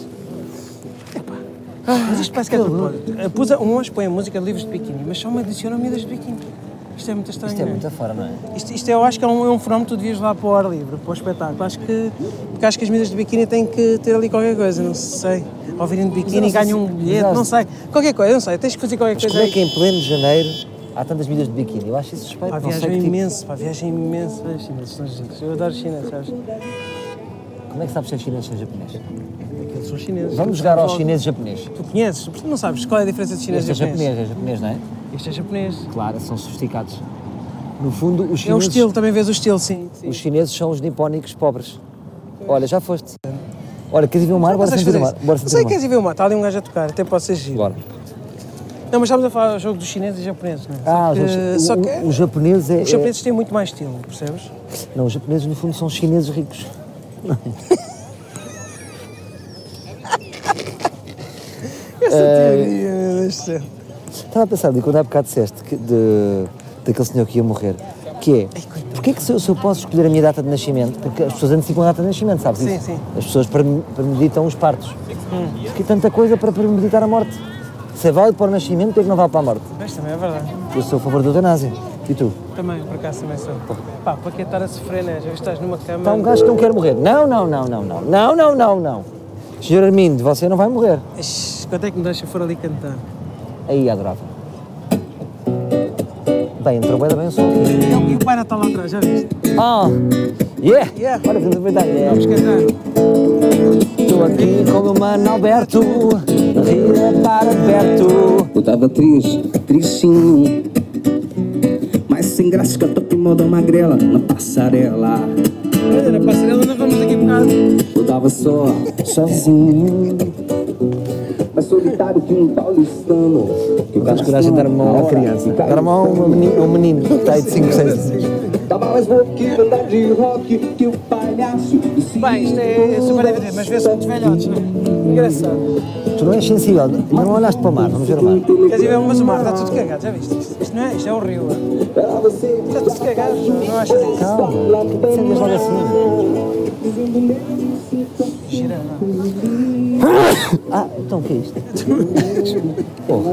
Mas isto parece que é tudo pode. Pus a- uns põem a música de livros de biquíni, mas só me adicionam medidas de biquíni. Isto é muito estranho. Isto é não muito afora, não é? Isto, isto eu acho que é um, é um fenómeno que tu devias levar para o ar livre, para o espetáculo. Acho que, porque acho que as medidas de biquíni têm que ter ali qualquer coisa, não sei. Ao virem de Mas eu biquíni não sei ganham se- um bilhete, mas eu- não sei. Qualquer coisa, não sei. Tens que fazer qualquer Mas coisa como é aí. que em pleno janeiro há tantas medidas de biquíni? Eu acho isso suspeito. Pá, não sei viagem que tipo- imenso, pá, viagem imenso. Ai, chineses são giros. Eu adoro chineses, sabes? Como é que sabes se é chinês ou é japonês? Aqueles são chineses. Vamos jogar aos chineses e japoneses. Tu conheces? Não sabes qual é a diferença de chinês Este é e japonês? japonês, é japonês, não é? E Este é japonês. Claro, são sofisticados. No fundo, os É o chineses, estilo, também vês o estilo, sim. sim. os chineses são os nipónicos pobres. Olha, já foste. Olha, queres ir ver o mar? Bora Consegues sentir o fazer mar. isso? Bora Não sentir sei, o mar. queres ir ver o mar? Está ali um gajo a tocar, até pode ser giro. Bora. Não, mas estamos a falar do jogo dos chineses e japoneses, não é? Ah, Só os, que, só que o- os japoneses é... os japoneses têm muito mais estilo, percebes? é- Não, os japoneses no fundo são chineses ricos. Essa teoria, meu Deus do céu. Estava a pensar, de quando há bocado disseste que de, daquele senhor que ia morrer, que é, porquê que se eu, se eu posso escolher a minha data de nascimento, porque as pessoas antecipam a data de nascimento, sabes Sim, isso? sim. As pessoas prem- premeditam os partos. Porque tanta coisa para premeditar a morte. Se é válido para o nascimento, por que não vale para a morte? Mas também é verdade. Eu sou a favor da eutanásia. E tu? Também, por acaso, também sou. Pá, para que estar a sofrer, né? Já viste, estás numa cama... Está um gajo que não quer morrer. Não, não, não, não, não. Não, não, não, não. senhor Armindo, você não vai morrer. Ixi, quanto é que me deixa for ali cantar? Aí, adorava. Bem, entrou bem, bem o som. E o Pai Natal lá atrás, já viste? Ah, yeah! Yeah. Olha, vamos aproveitar. Yeah. Vamos cantar. Estou aqui com o meu mano Alberto, a rir é para perto. Eu tava triste, tristinho, mas sem graça que eu tô aqui moda magrela na passarela. Olha, na passarela nós vamos daqui a bocado. Eu tava só, sozinho, mais solitário que um paulistano. Que o Vamos coragem de dar a mão à criança. Dar a mão a um menino, a um menino que está aí de cinco, seis. Tava mais louco que andar de rock que o palhaço. Bem, isto é super evidente, mas vê-se muitos velhotes, não é? Engraçado. Tu não és sensível, mas não olhaste para o mar, vamos ver o mar. Quer dizer, mas o mar está tudo cagado, já viste? Isto, isto não é, isto é um rio. Está tudo cagado, não achas isso? Calma, sentes logo assim. Gira, não. Ah, então o que é isto? Porra,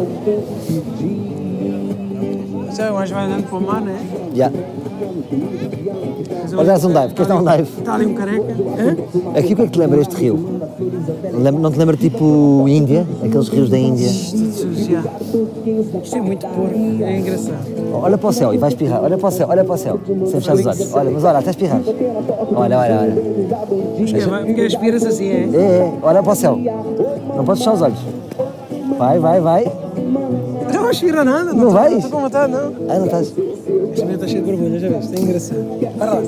Isso é, o gajo vai andando para o mar, não é? já. Olha, dás um dive, queres dar um dive? Está ali um careca. Hã? Aqui o que é que te lembra este rio? Lembra- Não te lembra tipo Índia? Aqueles rios da Índia? Isto, já. Isto é muito porco, é engraçado. Olha para o céu e vai espirrar, olha para o céu, olha para o céu. Sem fechar os olhos. Olha, mas olha, até espirrar. Olha, olha, olha. Porque, porque aspira-se assim, é? É, é, olha para o céu. Não podes fechar os olhos. Vai, vai, vai. Não aspira nada, Não estou- vais? Não estou com vontade, não. Ah, não estás. Este meio está cheio de borbulhas, já viste? É engraçado. Vai lá.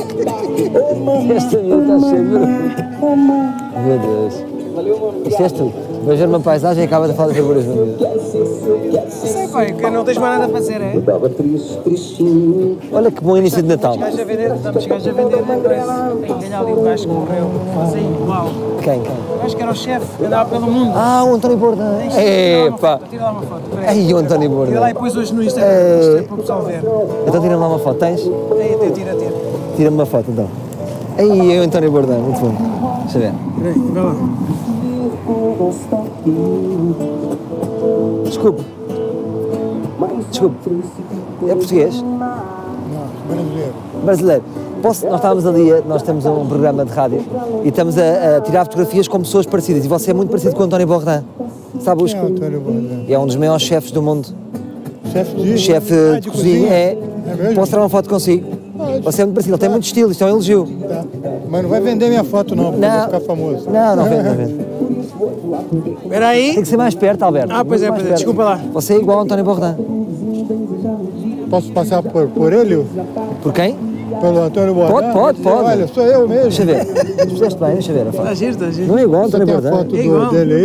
Este meu está cheio de vergonha. Meu Deus. Isto és tu. Vais ver uma paisagem e acaba de falar de vergonhas, meu Deus. Sei, pai, que não tens mais nada a fazer, é? Tava triste, tristinho. Olha que bom início de Natal. Os gajos a vender, estamos os gajos a vender, não parece? Tem ganhar ali um gajo que morreu. Mas é igual. Quem, quem? O gajo que era o chefe, que andava pelo mundo. Ah, o António Bourdain. Epá. Tira lá uma foto. peraí. Ai, o António Tira lá e Bourdain. depois hoje no Instagram, isto é para o pessoal ver. Então tira-me lá uma foto. Tens? Aí, tira, tira, tira. Tira-me uma foto, então. Aí, o António Bourdain. Muito bom. Deixa eu ver. Peraí, vai lá. Desculpe. Desculpe. É português? Brasileiro. Brasileiro. Posso, nós estávamos ali, a- nós temos um programa de rádio e estamos a, a tirar fotografias com pessoas parecidas e você é muito parecido com o António Bourdain. Sabe os Quem é o António Bourdain? É um dos maiores chefes do mundo. Chefe de... Chefe Ah, de, cozinha. É. É mesmo? Posso tirar uma foto consigo? Pode. Você é muito parecido, ele tem muito estilo, isto é um elogio. Tá. Mas não vai vender minha foto não, porque eu vou Não. ficar famoso. Não, não vende, não vende. Espera aí. Tem que ser mais perto, Alberto. Ah, pois é, Muito mais pois é, perto. desculpa lá. Você é igual ao António Bourdain. Posso passar por, por ele? Por quem? Pelo Antônio Bourdain? Pode, pode, pode. Olha, sou eu mesmo. Deixa eu ver. Fizeste bem, deixa eu ver a Está foto. giro, está giro. Não é igual ao Você António tem a foto Bourdain. É do, igual. dele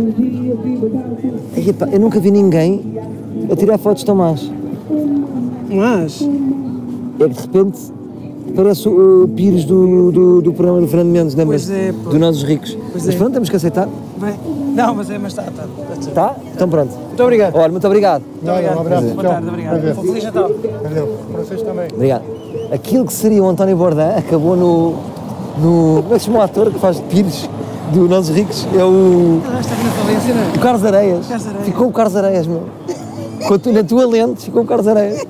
aí? Ei, pá, eu nunca vi ninguém a tirar fotos tão más. Mas, É que de repente parece o, o Pires do, do, do programa do Fernando Mendes, lembras? Pois é, pô. Do Nós os Ricos. Pois Mas é. pronto, temos que aceitar. bem, não, mas é, mas está, está. está. Tá? Então pronto. Muito obrigado. Olha, muito obrigado. Muito obrigado. Um abraço. Boa Tchau. tarde, obrigado. Prazer. Feliz Natal. Valeu. Para vocês também. Obrigado. Aquilo que seria o António Bourdain acabou no. no como é que se chama o ator que faz de Pires do Nós os Ricos? É o. Ah, está aqui na falência, não é? o Carlos Areias. Carlos Areias. Ficou o Carlos Areias, meu. Com a tu- na tua lente ficou o Carlos Areias.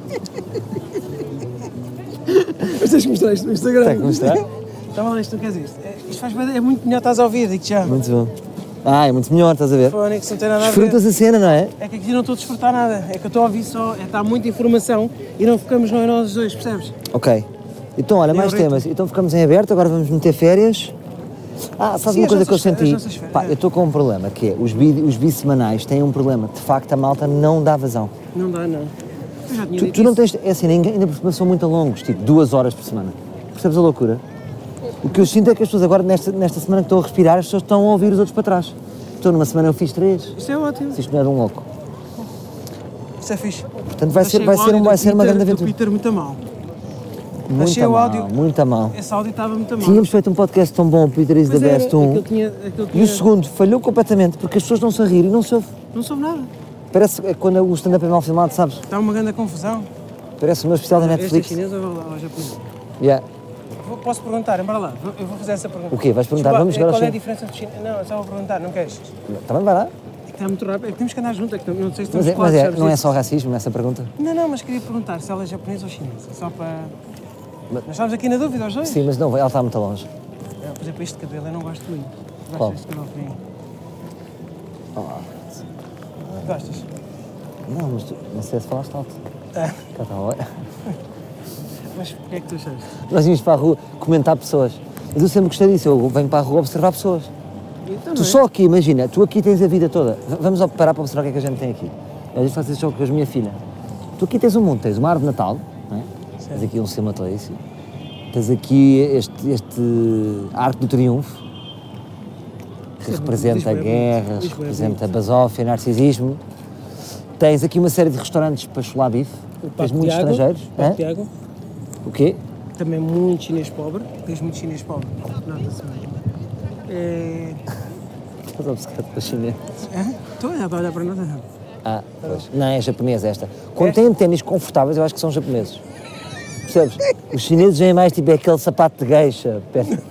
Mas tens que mostrar isto no Instagram. Tem que mostrar. Estava lá, isto não queres isto? É, isto faz bem, é muito melhor estás a ouvir, digo já. Muito bom. Ah, é muito melhor, estás a ver? Fónix, não tem nada a ver. Desfrutas a cena, não é? É que aqui não estou a desfrutar nada. É que eu estou a ouvir só, é, está muita informação e não focamos nós, nós dois, percebes? Ok. Então, olha, mais ritmo. temas. Então ficamos em aberto, agora vamos meter férias. Ah, sabes Sim, uma as coisa que eu nossas férias, senti? as nossas férias, Pá, é. eu estou com um problema, que é, os bi- os bissemanais têm um problema. De facto, a malta não dá vazão. Não dá, não. Eu já tinha Tu, dito tu não isso. tens, é assim, ninguém, ainda por cima são muito longos, tipo duas horas por semana. Percebes a loucura? O que eu sinto é que as pessoas agora, nesta, nesta semana que estão a respirar, as pessoas estão a ouvir os outros para trás. Estou numa semana eu fiz três. Isso é ótimo. Se isto não era um louco. Isso é fixe. Portanto, vai ser, Achei vai o ser, áudio um, do vai ser uma Peter- grande do aventura. Peter muito a mal. Muito achei o mal, áudio- muito a mal. Esse áudio estava muito a mal. Tínhamos feito um podcast tão bom, Peter is the Pois era, best, um. aquilo tinha- aquilo E tinha- o segundo falhou completamente, porque as pessoas não se a rir e não se ouve. Não soube nada. Parece é quando o stand-up é mal filmado, sabes? Está uma grande confusão. Parece o meu especial da Este é Netflix. chinês ou ou japonês? Yeah. Vou- Posso perguntar? Embora lá. Vou- Eu vou fazer essa pergunta. O quê? Vais perguntar? Desculpa, Vamos jogar ao Qual é a chão. diferença do chinês? Não, só vou perguntar, não queres? Também vai lá. É que está muito rápido. É que temos que andar juntos. É que não não sei se Mas, estamos é, mas claros, é, sabes não é disso? só racismo essa pergunta? Não, não, mas queria perguntar se ela é japonesa ou chinesa. Só para... Nós estamos aqui na dúvida aos dois. Sim, mas não, ela está muito longe. Não, por exemplo, este cabelo eu não gosto muito. Tu Qual? Gostas deste cabelo que vem? Oh, Gostas? não, mas tu, não sei se falaste alto. Ah, Cá está, olha. mas o que é que tu achaste? Nós íamos para a rua comentar pessoas. Mas eu sempre gostei disso, eu venho para a rua observar pessoas. Então, Tu só aqui, imagina, tu aqui tens a vida toda. V- Vamos parar para observar o que é que a gente tem aqui. Eu já faço esse jogo com a minha filha. Tu aqui tens um mundo, tens uma árvore de Natal, não é? Tens aqui um sistema natalício. Tens aqui este, este Arco do Triunfo, que representa a Lisboa é bonito. guerra, Lisboa é representa a basófia, narcisismo. Tens aqui uma série de restaurantes para chular bife. Tens muitos estrangeiros. Paco hã? Tiago, O quê? também muito chinês pobre. Tens muito chinês pobre. Nota-se mesmo. É... Estás obcecado para chinês. Hã? Estou a olhar para nós. Ah, pois. Não, é japonesa esta. Quando têm ténis confortáveis, eu acho que são japoneses. Percebes? Os chineses é mais tipo é aquele sapato de geisha. perto-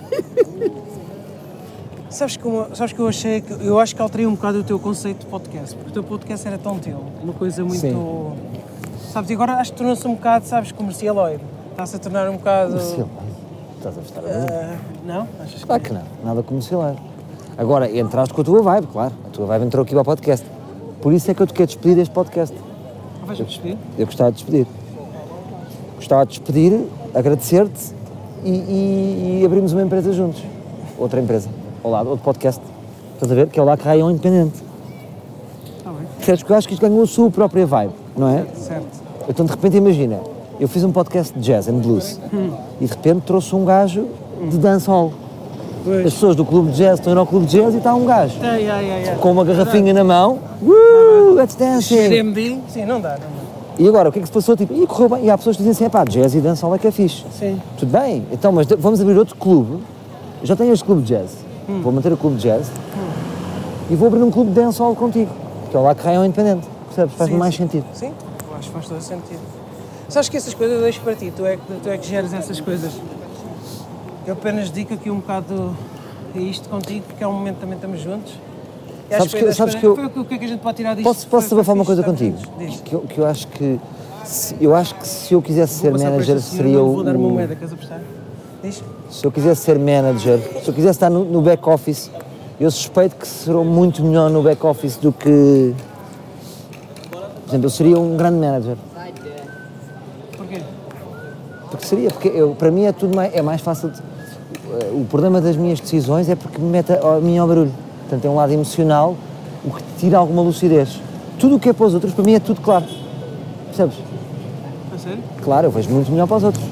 Sabes que, uma- sabes que eu achei que eu acho que alterei um bocado o teu conceito de podcast, porque o teu podcast era tão teu, uma coisa muito. Sim. Sabes, e agora acho que tornou-se um bocado, sabes, comercialoide. Está-se a tornar um bocado. Comercial. Estás a gostar? Ah, não? Achas que. Claro que não, nada comercial. Agora, entraste com a tua vibe, claro. A tua vibe entrou aqui para o podcast. Por isso é que eu te quero despedir deste podcast. Vais-me despedir? Eu gostava de despedir. Gostava de despedir, agradecer-te e, e, e abrimos uma empresa juntos. Outra empresa, ao lado, outro podcast. Estás a ver? Que é o Lacraia Raião Independente. Está bem. Percebes que eu acho que isto ganhou a sua própria vibe, não é? Certo. Então, de repente, imagina, eu fiz um podcast de jazz and blues e, de repente, trouxe um gajo de dancehall. As Pois. pessoas do clube de jazz estão a ir ao clube de jazz e está um gajo Ai, ai, ai, ai. com uma garrafinha na mão. Uh, let's dance! D M B? Sim, não dá, não dá. E agora, o que é que se passou? Tipo, e correu bem. E há pessoas que dizem assim, pá, jazz e dancehall é que é fixe. Sim. Tudo bem, então, mas de- vamos abrir outro clube. Eu já tenho este clube de jazz. Vou manter o clube de jazz e vou abrir um clube de dancehall contigo, que é o Lacraia Independente. Percebes? Faz Sim, mais sim. sentido. Sim, eu acho que faz todo sentido. Sabes que essas coisas eu deixo para ti, tu é que, tu é que geres essas coisas. Eu apenas dedico aqui um bocado a isto contigo, porque é um momento que também estamos juntos. E acho Sabes que- das sabes coisas- que eu- foi o que é que a gente pode tirar disto? Posso, posso Foi- foi desabafar uma fixe coisa estar contigo? juntos. Diz. Que eu, que eu acho que se, eu acho que se eu quisesse ser Vou passar para manager esta senhora, seria não o, Vou dar uma o- moeda, queres apostar? Diz? se eu quisesse ser manager, se eu quisesse estar no, no back office, eu suspeito que serou muito melhor no back office do que, por exemplo, eu seria um grande manager. Porquê? Porque seria, porque eu, para mim é tudo mais, é mais fácil. De, o problema das minhas decisões é porque me mete a, a mim ao barulho. Portanto, é um lado emocional, o que te tira alguma lucidez. Tudo o que é para os outros, para mim é tudo claro. Percebes? A sério? Claro, eu vejo muito melhor para os outros.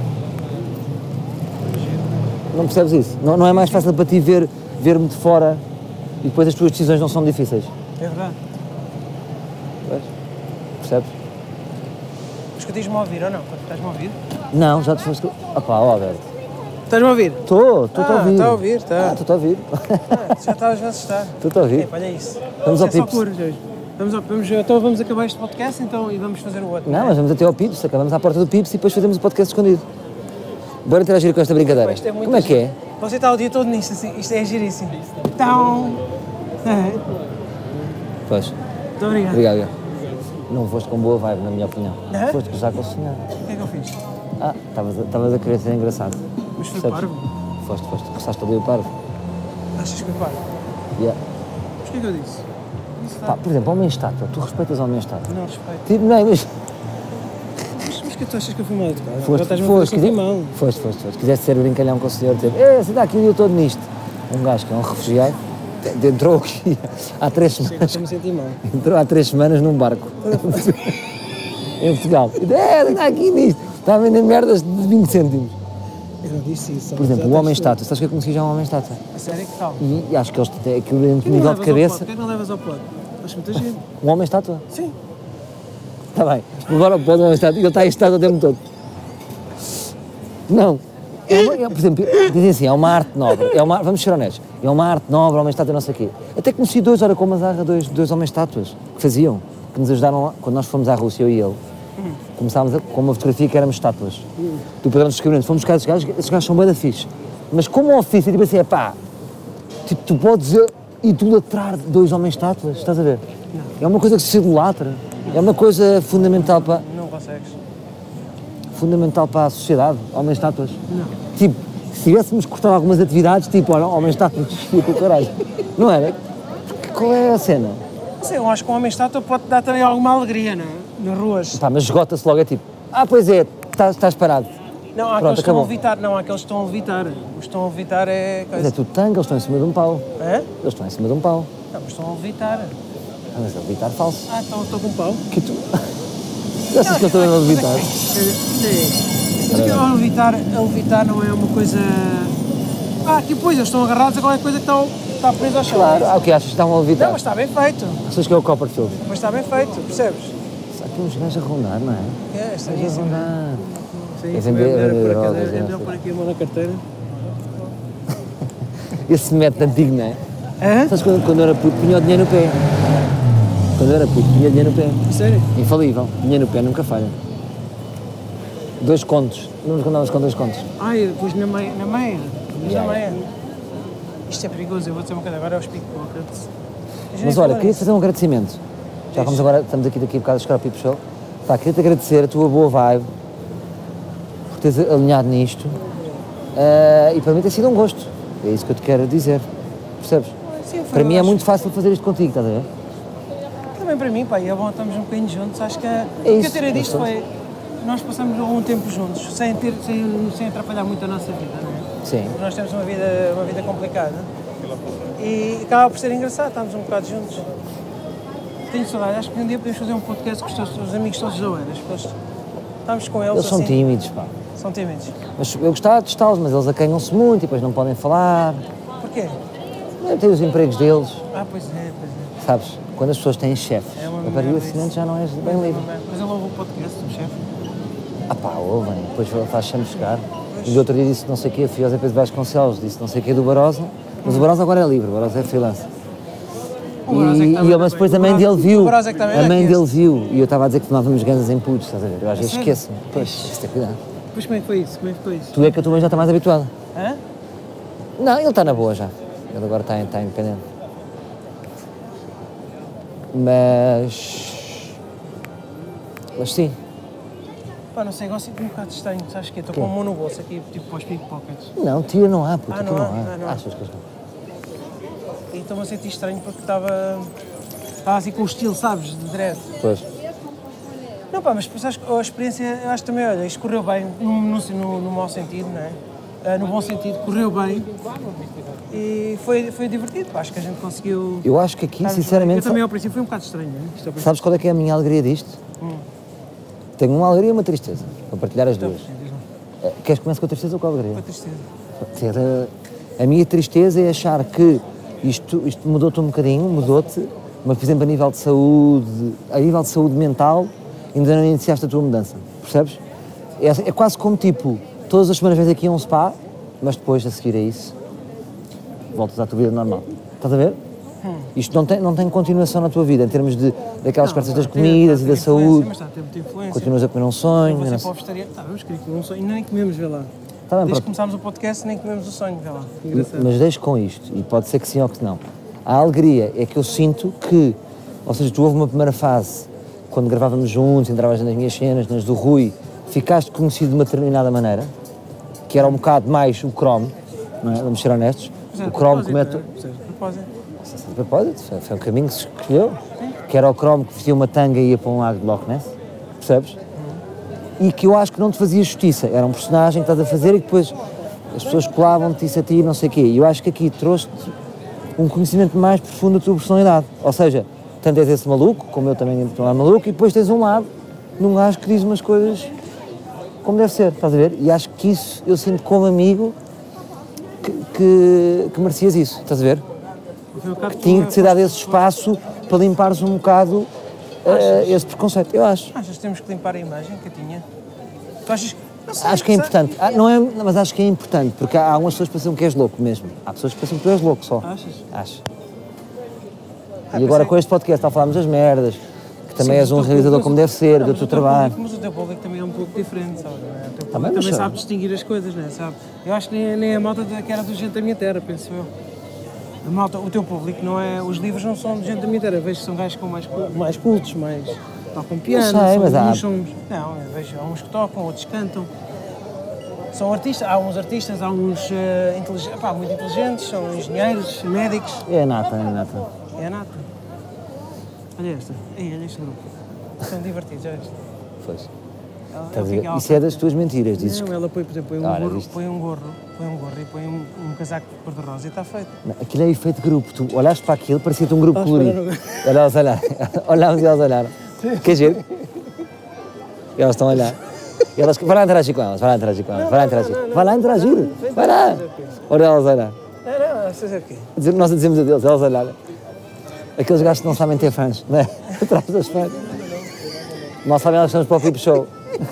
Não percebes isso? Não, não é mais fácil para ti ver, ver-me de fora e depois as tuas decisões não são difíceis. É verdade. Pois? Percebes? Mas continuas-me a ouvir ou não? Estás-me a ouvir? Não, já te foste. Opá, ó, Alberto. Estás-me a ouvir? Estou, estou-te a Ah, ouvir. está a ouvir, está. Ah, estou-te a ouvir. Ah, já estavas a assustar. Estou-te a ouvir. É, olha isso. Vamos ao Isso é só Pips. cores hoje. Vamos, ao, vamos, então vamos acabar este podcast então, e vamos fazer o outro. Não, mas vamos até ao Pips, acabamos à porta do Pips e depois fazemos o podcast escondido. Bora interagir com esta brincadeira. Isto é muito Como é que é? Você está o dia todo nisto, assim. Isto é giríssimo. Então... É. Pois, Muito obrigado. obrigado. obrigado. Não foste com boa vibe, na minha opinião. Hã? Foste gozar com o senhor. O que é que eu fiz? Ah, estavas a- estavas a querer ser engraçado. Mas foi Percebes? parvo. Foste, foste. Roçaste ali o parvo. Achas que foi parvo? Yeah. Mas o que é que eu disse? Disse Pá, nada. por exemplo, homem estátua. Tu respeitas homem estátua. Não respeito. Tipo, não, mas... Mas, mas que tu achas que eu fui mal educado? Agora Foste, estás-me a foste, fazer quise- sentir mal. foste, foste, foste. Quiseste ser brincalhão com o senhor, tipo, é, você está aqui o dia todo nisto. um gajo que é um refugiado, te- entrou aqui há três semanas, Estou-me a sentir mal. entrou há três semanas num barco em Portugal. E disse, é, está aqui nisto, está a vender merdas de vinte cêntimos. Eu não disse isso. Por exemplo, o homem-estátua, sabes que eu conheci já um homem-estátua? A sério que tal? E, e acho que eles têm aquilo dentro do Porquê não nível levas de ao cabeça. plot? Porquê não levas ao plot? Acho muita gente. Um homem-estátua? Sim. Está bem, agora pode um homem-estátua, ele está em estátua o tempo todo. Não. É uma, é, por exemplo, dizem assim, é uma arte nobre, é uma, vamos ser honestos, é uma arte nobre, homem-estátua, não sei o quê. Até conheci dois, olha, como a Zarra, dois, dois homens-estátuas que faziam, que nos ajudaram lá, quando nós fomos à Rússia, eu e ele, começámos a, com uma fotografia que éramos estátuas, do padrão dos descobrimento, fomos buscar esses gajos, esses gajos são bué da fixe. Mas como ofício, tipo assim, é pá, tipo, tu podes idolatrar dois homens-estátuas, estás a ver? É uma coisa que se idolatra, é uma coisa fundamental para, Não consegues. fundamental para a sociedade, homens-estátuas. Não. Tipo, se tivéssemos cortado algumas atividades, tipo, olha, homens-estátuas, desfia com o caralho. Não era? Qual é a cena? Sim, eu acho que um homem-estátua pode dar também alguma alegria, não é? Nas ruas. Pá, mas esgota-se logo, é tipo, ah, pois é, estás, estás parado. Não, há Pronto, aqueles que estão a acabou. levitar. Não, há aqueles que estão a levitar. Os que estão a levitar é... Mas é tudo tanque, eles estão em cima de um pau. É? Eles estão em cima de um pau. Não, mas estão a levitar. Ah, mas é levitar falso. Ah, estão, estão com um pau? Que tu... Já achas que eles estão a levitar? Sim. Mas aquilo a levitar, a levitar não é uma coisa... Ah, aqui pois, eles estão agarrados a qualquer coisa que estão, está presa ao chão. Claro, ah, o que achas que estão a levitar? Não, mas está bem feito. Achas que é o Copperfield? Mas está bem feito, percebes? Há aqui uns gajos a rondar, não é? É, Gajos a estranhíssimo. rondar. Sim, É sim, vender- era vender por drogas, aqui, é, é não melhor sei. pôr aqui a mão na carteira. Esse método antigo, não é? Hã? Sabes quando, quando eu era puto, punha o dinheiro no pé. Quando eu era puto, punha o dinheiro no pé. Sério? Infalível. Dinheiro no pé nunca falha. Dois contos. Não nos andavas com dois contos. Ai, eu pus na meia. Na meia. Pus na meia. Isto é perigoso, eu vou dizer uma coisa, agora é os pickpockets. Mas olha, queria-te fazer um agradecimento. Já vamos agora, estamos aqui daqui a bocado a chegar ao Pipo Show. Pá, queria-te agradecer a tua boa vibe por teres alinhado nisto. Ah, e para mim tem sido um gosto. É isso que eu te quero dizer. Percebes? Sim, foi, Para mim eu é acho. muito fácil fazer isto contigo, estás a ver? Também para mim, pá, e é bom estarmos um bocadinho juntos. Acho que É o que eu isso, tirei disto bastante. foi. Nós passamos algum tempo juntos, sem, ter, sem, sem atrapalhar muito a nossa vida, não é? Sim. Porque nós temos uma vida, uma vida complicada. E acaba por ser engraçado, estamos um bocado juntos. Tenho saudade, acho que um dia podemos fazer um podcast com os, teus, os amigos todos da Oeiras, porque eles- estamos com eles Eles são assim, tímidos, pá. São tímidos. Mas eu gostava de testá-los, mas eles acanham-se muito e depois não podem falar. Porquê? Têm os empregos deles, Ah, pois é, pois é. sabes? Quando as pessoas têm chefe, É uma a partir do merda acidente isso. já não és bem livre. Mas ele ouve o podcast do chefe. Ah pá, ouvem, depois faz sempre chegar. E do outro dia disse não sei o quê, fui ao Zé Pedro Vasconcelos, disse não sei o quê do Barosa, mas o Barosa agora é livre, o Barosa é freelance. O Barosa é que E, está e bem ele, mas depois a também. mãe O dele Barosa- viu, o Barosa é que está bem a mãe aqui. dele viu, e eu estava a dizer que tomávamos ganzas em putos, estás a ver? Eu às vezes sério? esqueço-me. Pois, isso tem cuidado. Depois como é que foi isso? Como é que foi isso? Tu é que a tua mãe já está mais habituada. Hã? Não, ele está na boa já. Ele agora está, está independente. Mas. Mas sim. Pá, não sei, gosto de um bocado estranho, sabes que estou com a mão no bolso aqui, tipo para os pickpockets. Não, tira não há, puto, Ah, aqui não não há? há. Ah, não há. Achas que E estou-me a sentir estranho porque estava. Estava assim com o estilo, sabes, de dread. Pois. Não, pá, mas sabes, que a experiência, eu acho que também, olha, isto correu bem, no, no, no, no mau sentido, não é? Ah, no bom sentido, correu bem e foi, foi divertido, pá, acho que a gente conseguiu. Eu acho que aqui, estarmos bem. sinceramente. Eu também ao princípio foi um bocado estranho, não é? Isto ao princípio. Sabes qual é que é a minha alegria disto? Hum. Tenho uma alegria e uma tristeza. Vou partilhar as Então, duas. sim, diz lá. Eh, Queres que comece com a tristeza ou com a alegria? Foi tristeza. Ter, eh, A minha tristeza é achar que isto, isto mudou-te um bocadinho, mudou-te, mas, por exemplo, a nível de saúde, a nível de saúde mental, ainda não iniciaste a tua mudança, percebes? É, é quase como, tipo, todas as semanas vens aqui a um spa, mas depois, a seguir a isso, voltas à tua vida normal. Estás a ver? Isto não tem, não tem continuação na tua vida, em termos de, daquelas partes das Tem- comidas tem e da influência, saúde, Mas está a ter muita influência. continuas a comer um sonho, Você não para o sei. vegetariano. Tá, vamos querer que um sonho. Ainda nem comemos, vê lá. Tá bem, Desde que pronto. começámos o podcast, nem comemos o sonho, vê lá. Engraçado. Mas deixo com isto, e pode ser que sim ou que não. A alegria é que eu sinto que, ou seja, tu houve uma primeira fase, quando gravávamos juntos, entravas nas minhas cenas, nas do Rui, ficaste conhecido de uma determinada maneira, que era um bocado mais o cromo, não é? Vamos ser honestos. Mas é O de cromo propósito, comete... não é? Percebes? De propósito. De propósito, foi, foi o caminho que se escolheu, que era o cromo que vestia uma tanga e ia para um lago de Loch Ness, percebes? E que eu acho que não te fazia justiça, era um personagem que estás a fazer e que depois as pessoas colavam-te isso a ti, não sei o quê. E eu acho que aqui trouxe-te um conhecimento mais profundo da tua personalidade. Ou seja, tanto és esse maluco, como eu também sou maluco, e depois tens um lado num gajo que diz umas coisas como deve ser, estás a ver? E acho que isso, eu sinto como amigo que, que, que merecias isso, estás a ver? Que tinha de ser dado esse espaço para limpares um bocado uh, esse preconceito, eu acho. Achas que temos que limpar a imagem que eu tinha? Tu achas que... Não sei, Acho que é sei. importante, ah, não é, mas acho que é importante, porque há algumas pessoas que pensam que és louco mesmo. Há pessoas que pensam que tu és louco só. Achas? Acho. Ah, E agora pensei- com este podcast, a falarmos das merdas, que também Sim, és mas um o teu realizador público- como deve ser, Não, do mas teu o teu trabalho. público- Mas o teu público também é um pouco diferente, sabe? Não é? O teu público Também, também mas sabe sabe. distinguir as coisas, não é? Sabe? Eu acho que nem, nem a malta da- que era do Gente da Minha Terra, penso eu. A malta, o teu público não é... Os livros não são de Gente da Minha Terra. Eu vejo que são gajos com mais, cul- mais cultos, mais... Tocam piano, Não sei, são, mas há- uns são... Não, eu vejo há uns que tocam, outros cantam. São artistas, há uns artistas, há uns uh, inteligentes, pá, muito inteligentes, são engenheiros, médicos. É nata, é nata. É a nata. Olha esta. Ei, olha este grupo. São divertidos, olha este. Pois. Ela- Estás a ela ver? fica Isso é das tuas mentiras, dizes Não, que... ela põe, por exemplo, põe um, Olha, gorro, viste? põe um gorro, põe um gorro e põe um, um casaco de cor-de-rosa e está feito. Não, aquilo é efeito grupo. Tu olhaste para aquilo, parecia-te um grupo Ah, colorido. espera, Olha elas a olhar. Olhámos e elas olharam. Quer giro? E elas estão a olhar. E elas... Vai lá interagir com elas, vai lá interagir com elas, vai lá interagir. Vai lá interagir, vai lá. Olha elas a olhar. Não, não, não sei o quê. Dizer- Nós dizemos a deles, elas a olharem. Aqueles gajos que não sabem ter fãs, não é? Atrás das fãs. Mal sabem elas que estamos para o Pipo Show.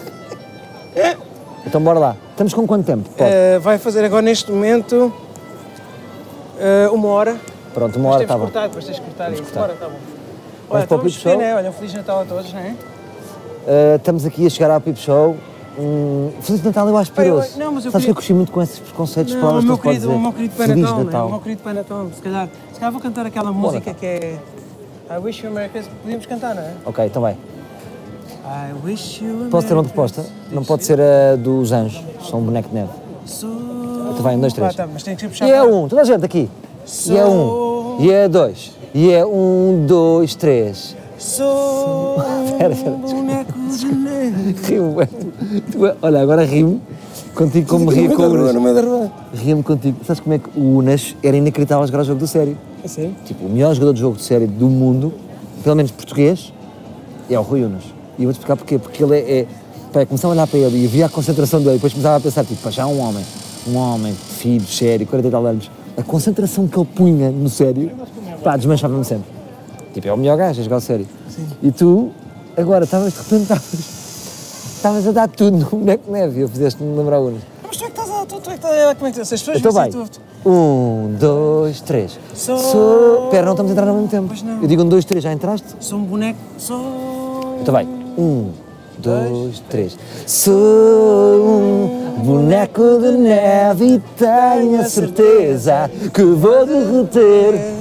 Então bora lá. Estamos com quanto tempo? Pode. Eh, vai fazer agora neste momento eh, uma hora. Pronto, uma Mas hora temos está que bom. cortar, depois tens que cortar isso. cortar. Bora, está bom. Vamos Olha, para o estamos Pipo Show? né? Olha, um Feliz Natal a todos, não é? Uh, estamos aqui a chegar ao Pipo Show. Um... Feliz Natal, eu acho Pá, eu- perigoso. não, mas eu Sabes que queria- eu cresci muito com esses preconceitos Não, palavras o que meu não se pode querido, dizer. o meu querido Pai Feliz Natal, né? Natal. O meu querido Pai Natal, se calhar, se calhar vou cantar aquela música que é I Wish You a Merry Christmas. Podíamos cantar, não é? Ok, então vai. I wish you a Posso ter uma Merry proposta? Christmas. Não pode ser a dos anjos, são um boneco de neve. Sou... Então vai, um, dois, três. Ah, tá, mas tem que ser puxar E é para- um, toda a gente aqui. E é um, e é dois, e é um, dois, três. Sou Espera, espera, um boneco de neve. Rimo, ué. Tu- tu- olha, agora rimo contigo como me ria com o Unas. No meio da rua. Rimo contigo. Sabes como é que o Unas era inacreditável a jogar o jogo do sério? É sério? Tipo, o melhor jogador de jogo de série do mundo, pelo menos português, é o Rui Unas. E eu vou-te explicar porquê. Porque ele é... é pá, eu começava a olhar para ele e via a concentração dele, e depois começava a pensar, tipo, pá, já é um homem, um homem, filho, sério, quarenta e tal anos. A concentração que ele punha no sério, pá, desmanchava-me sempre. Tipo, é o melhor gajo a jogar o sério. Sim. E tu, agora, estavas, de repente, estavas... Estavas a dar tudo no boneco de neve e eu fizeste-me lembrar o Unas. Mas tu é que estás a... Tu, tu é que estás a... Como é que... Se as pessoas Então vai. vissem tu- Um, dois, três. Sou- Sou... Pera, não estamos a entrar ao mesmo tempo. Pois não. Eu digo um, dois, três, já entraste? Sou um boneco... Sou... Então vai. Um, dois, três. Sou um boneco de neve e tenho a certeza que vou derreter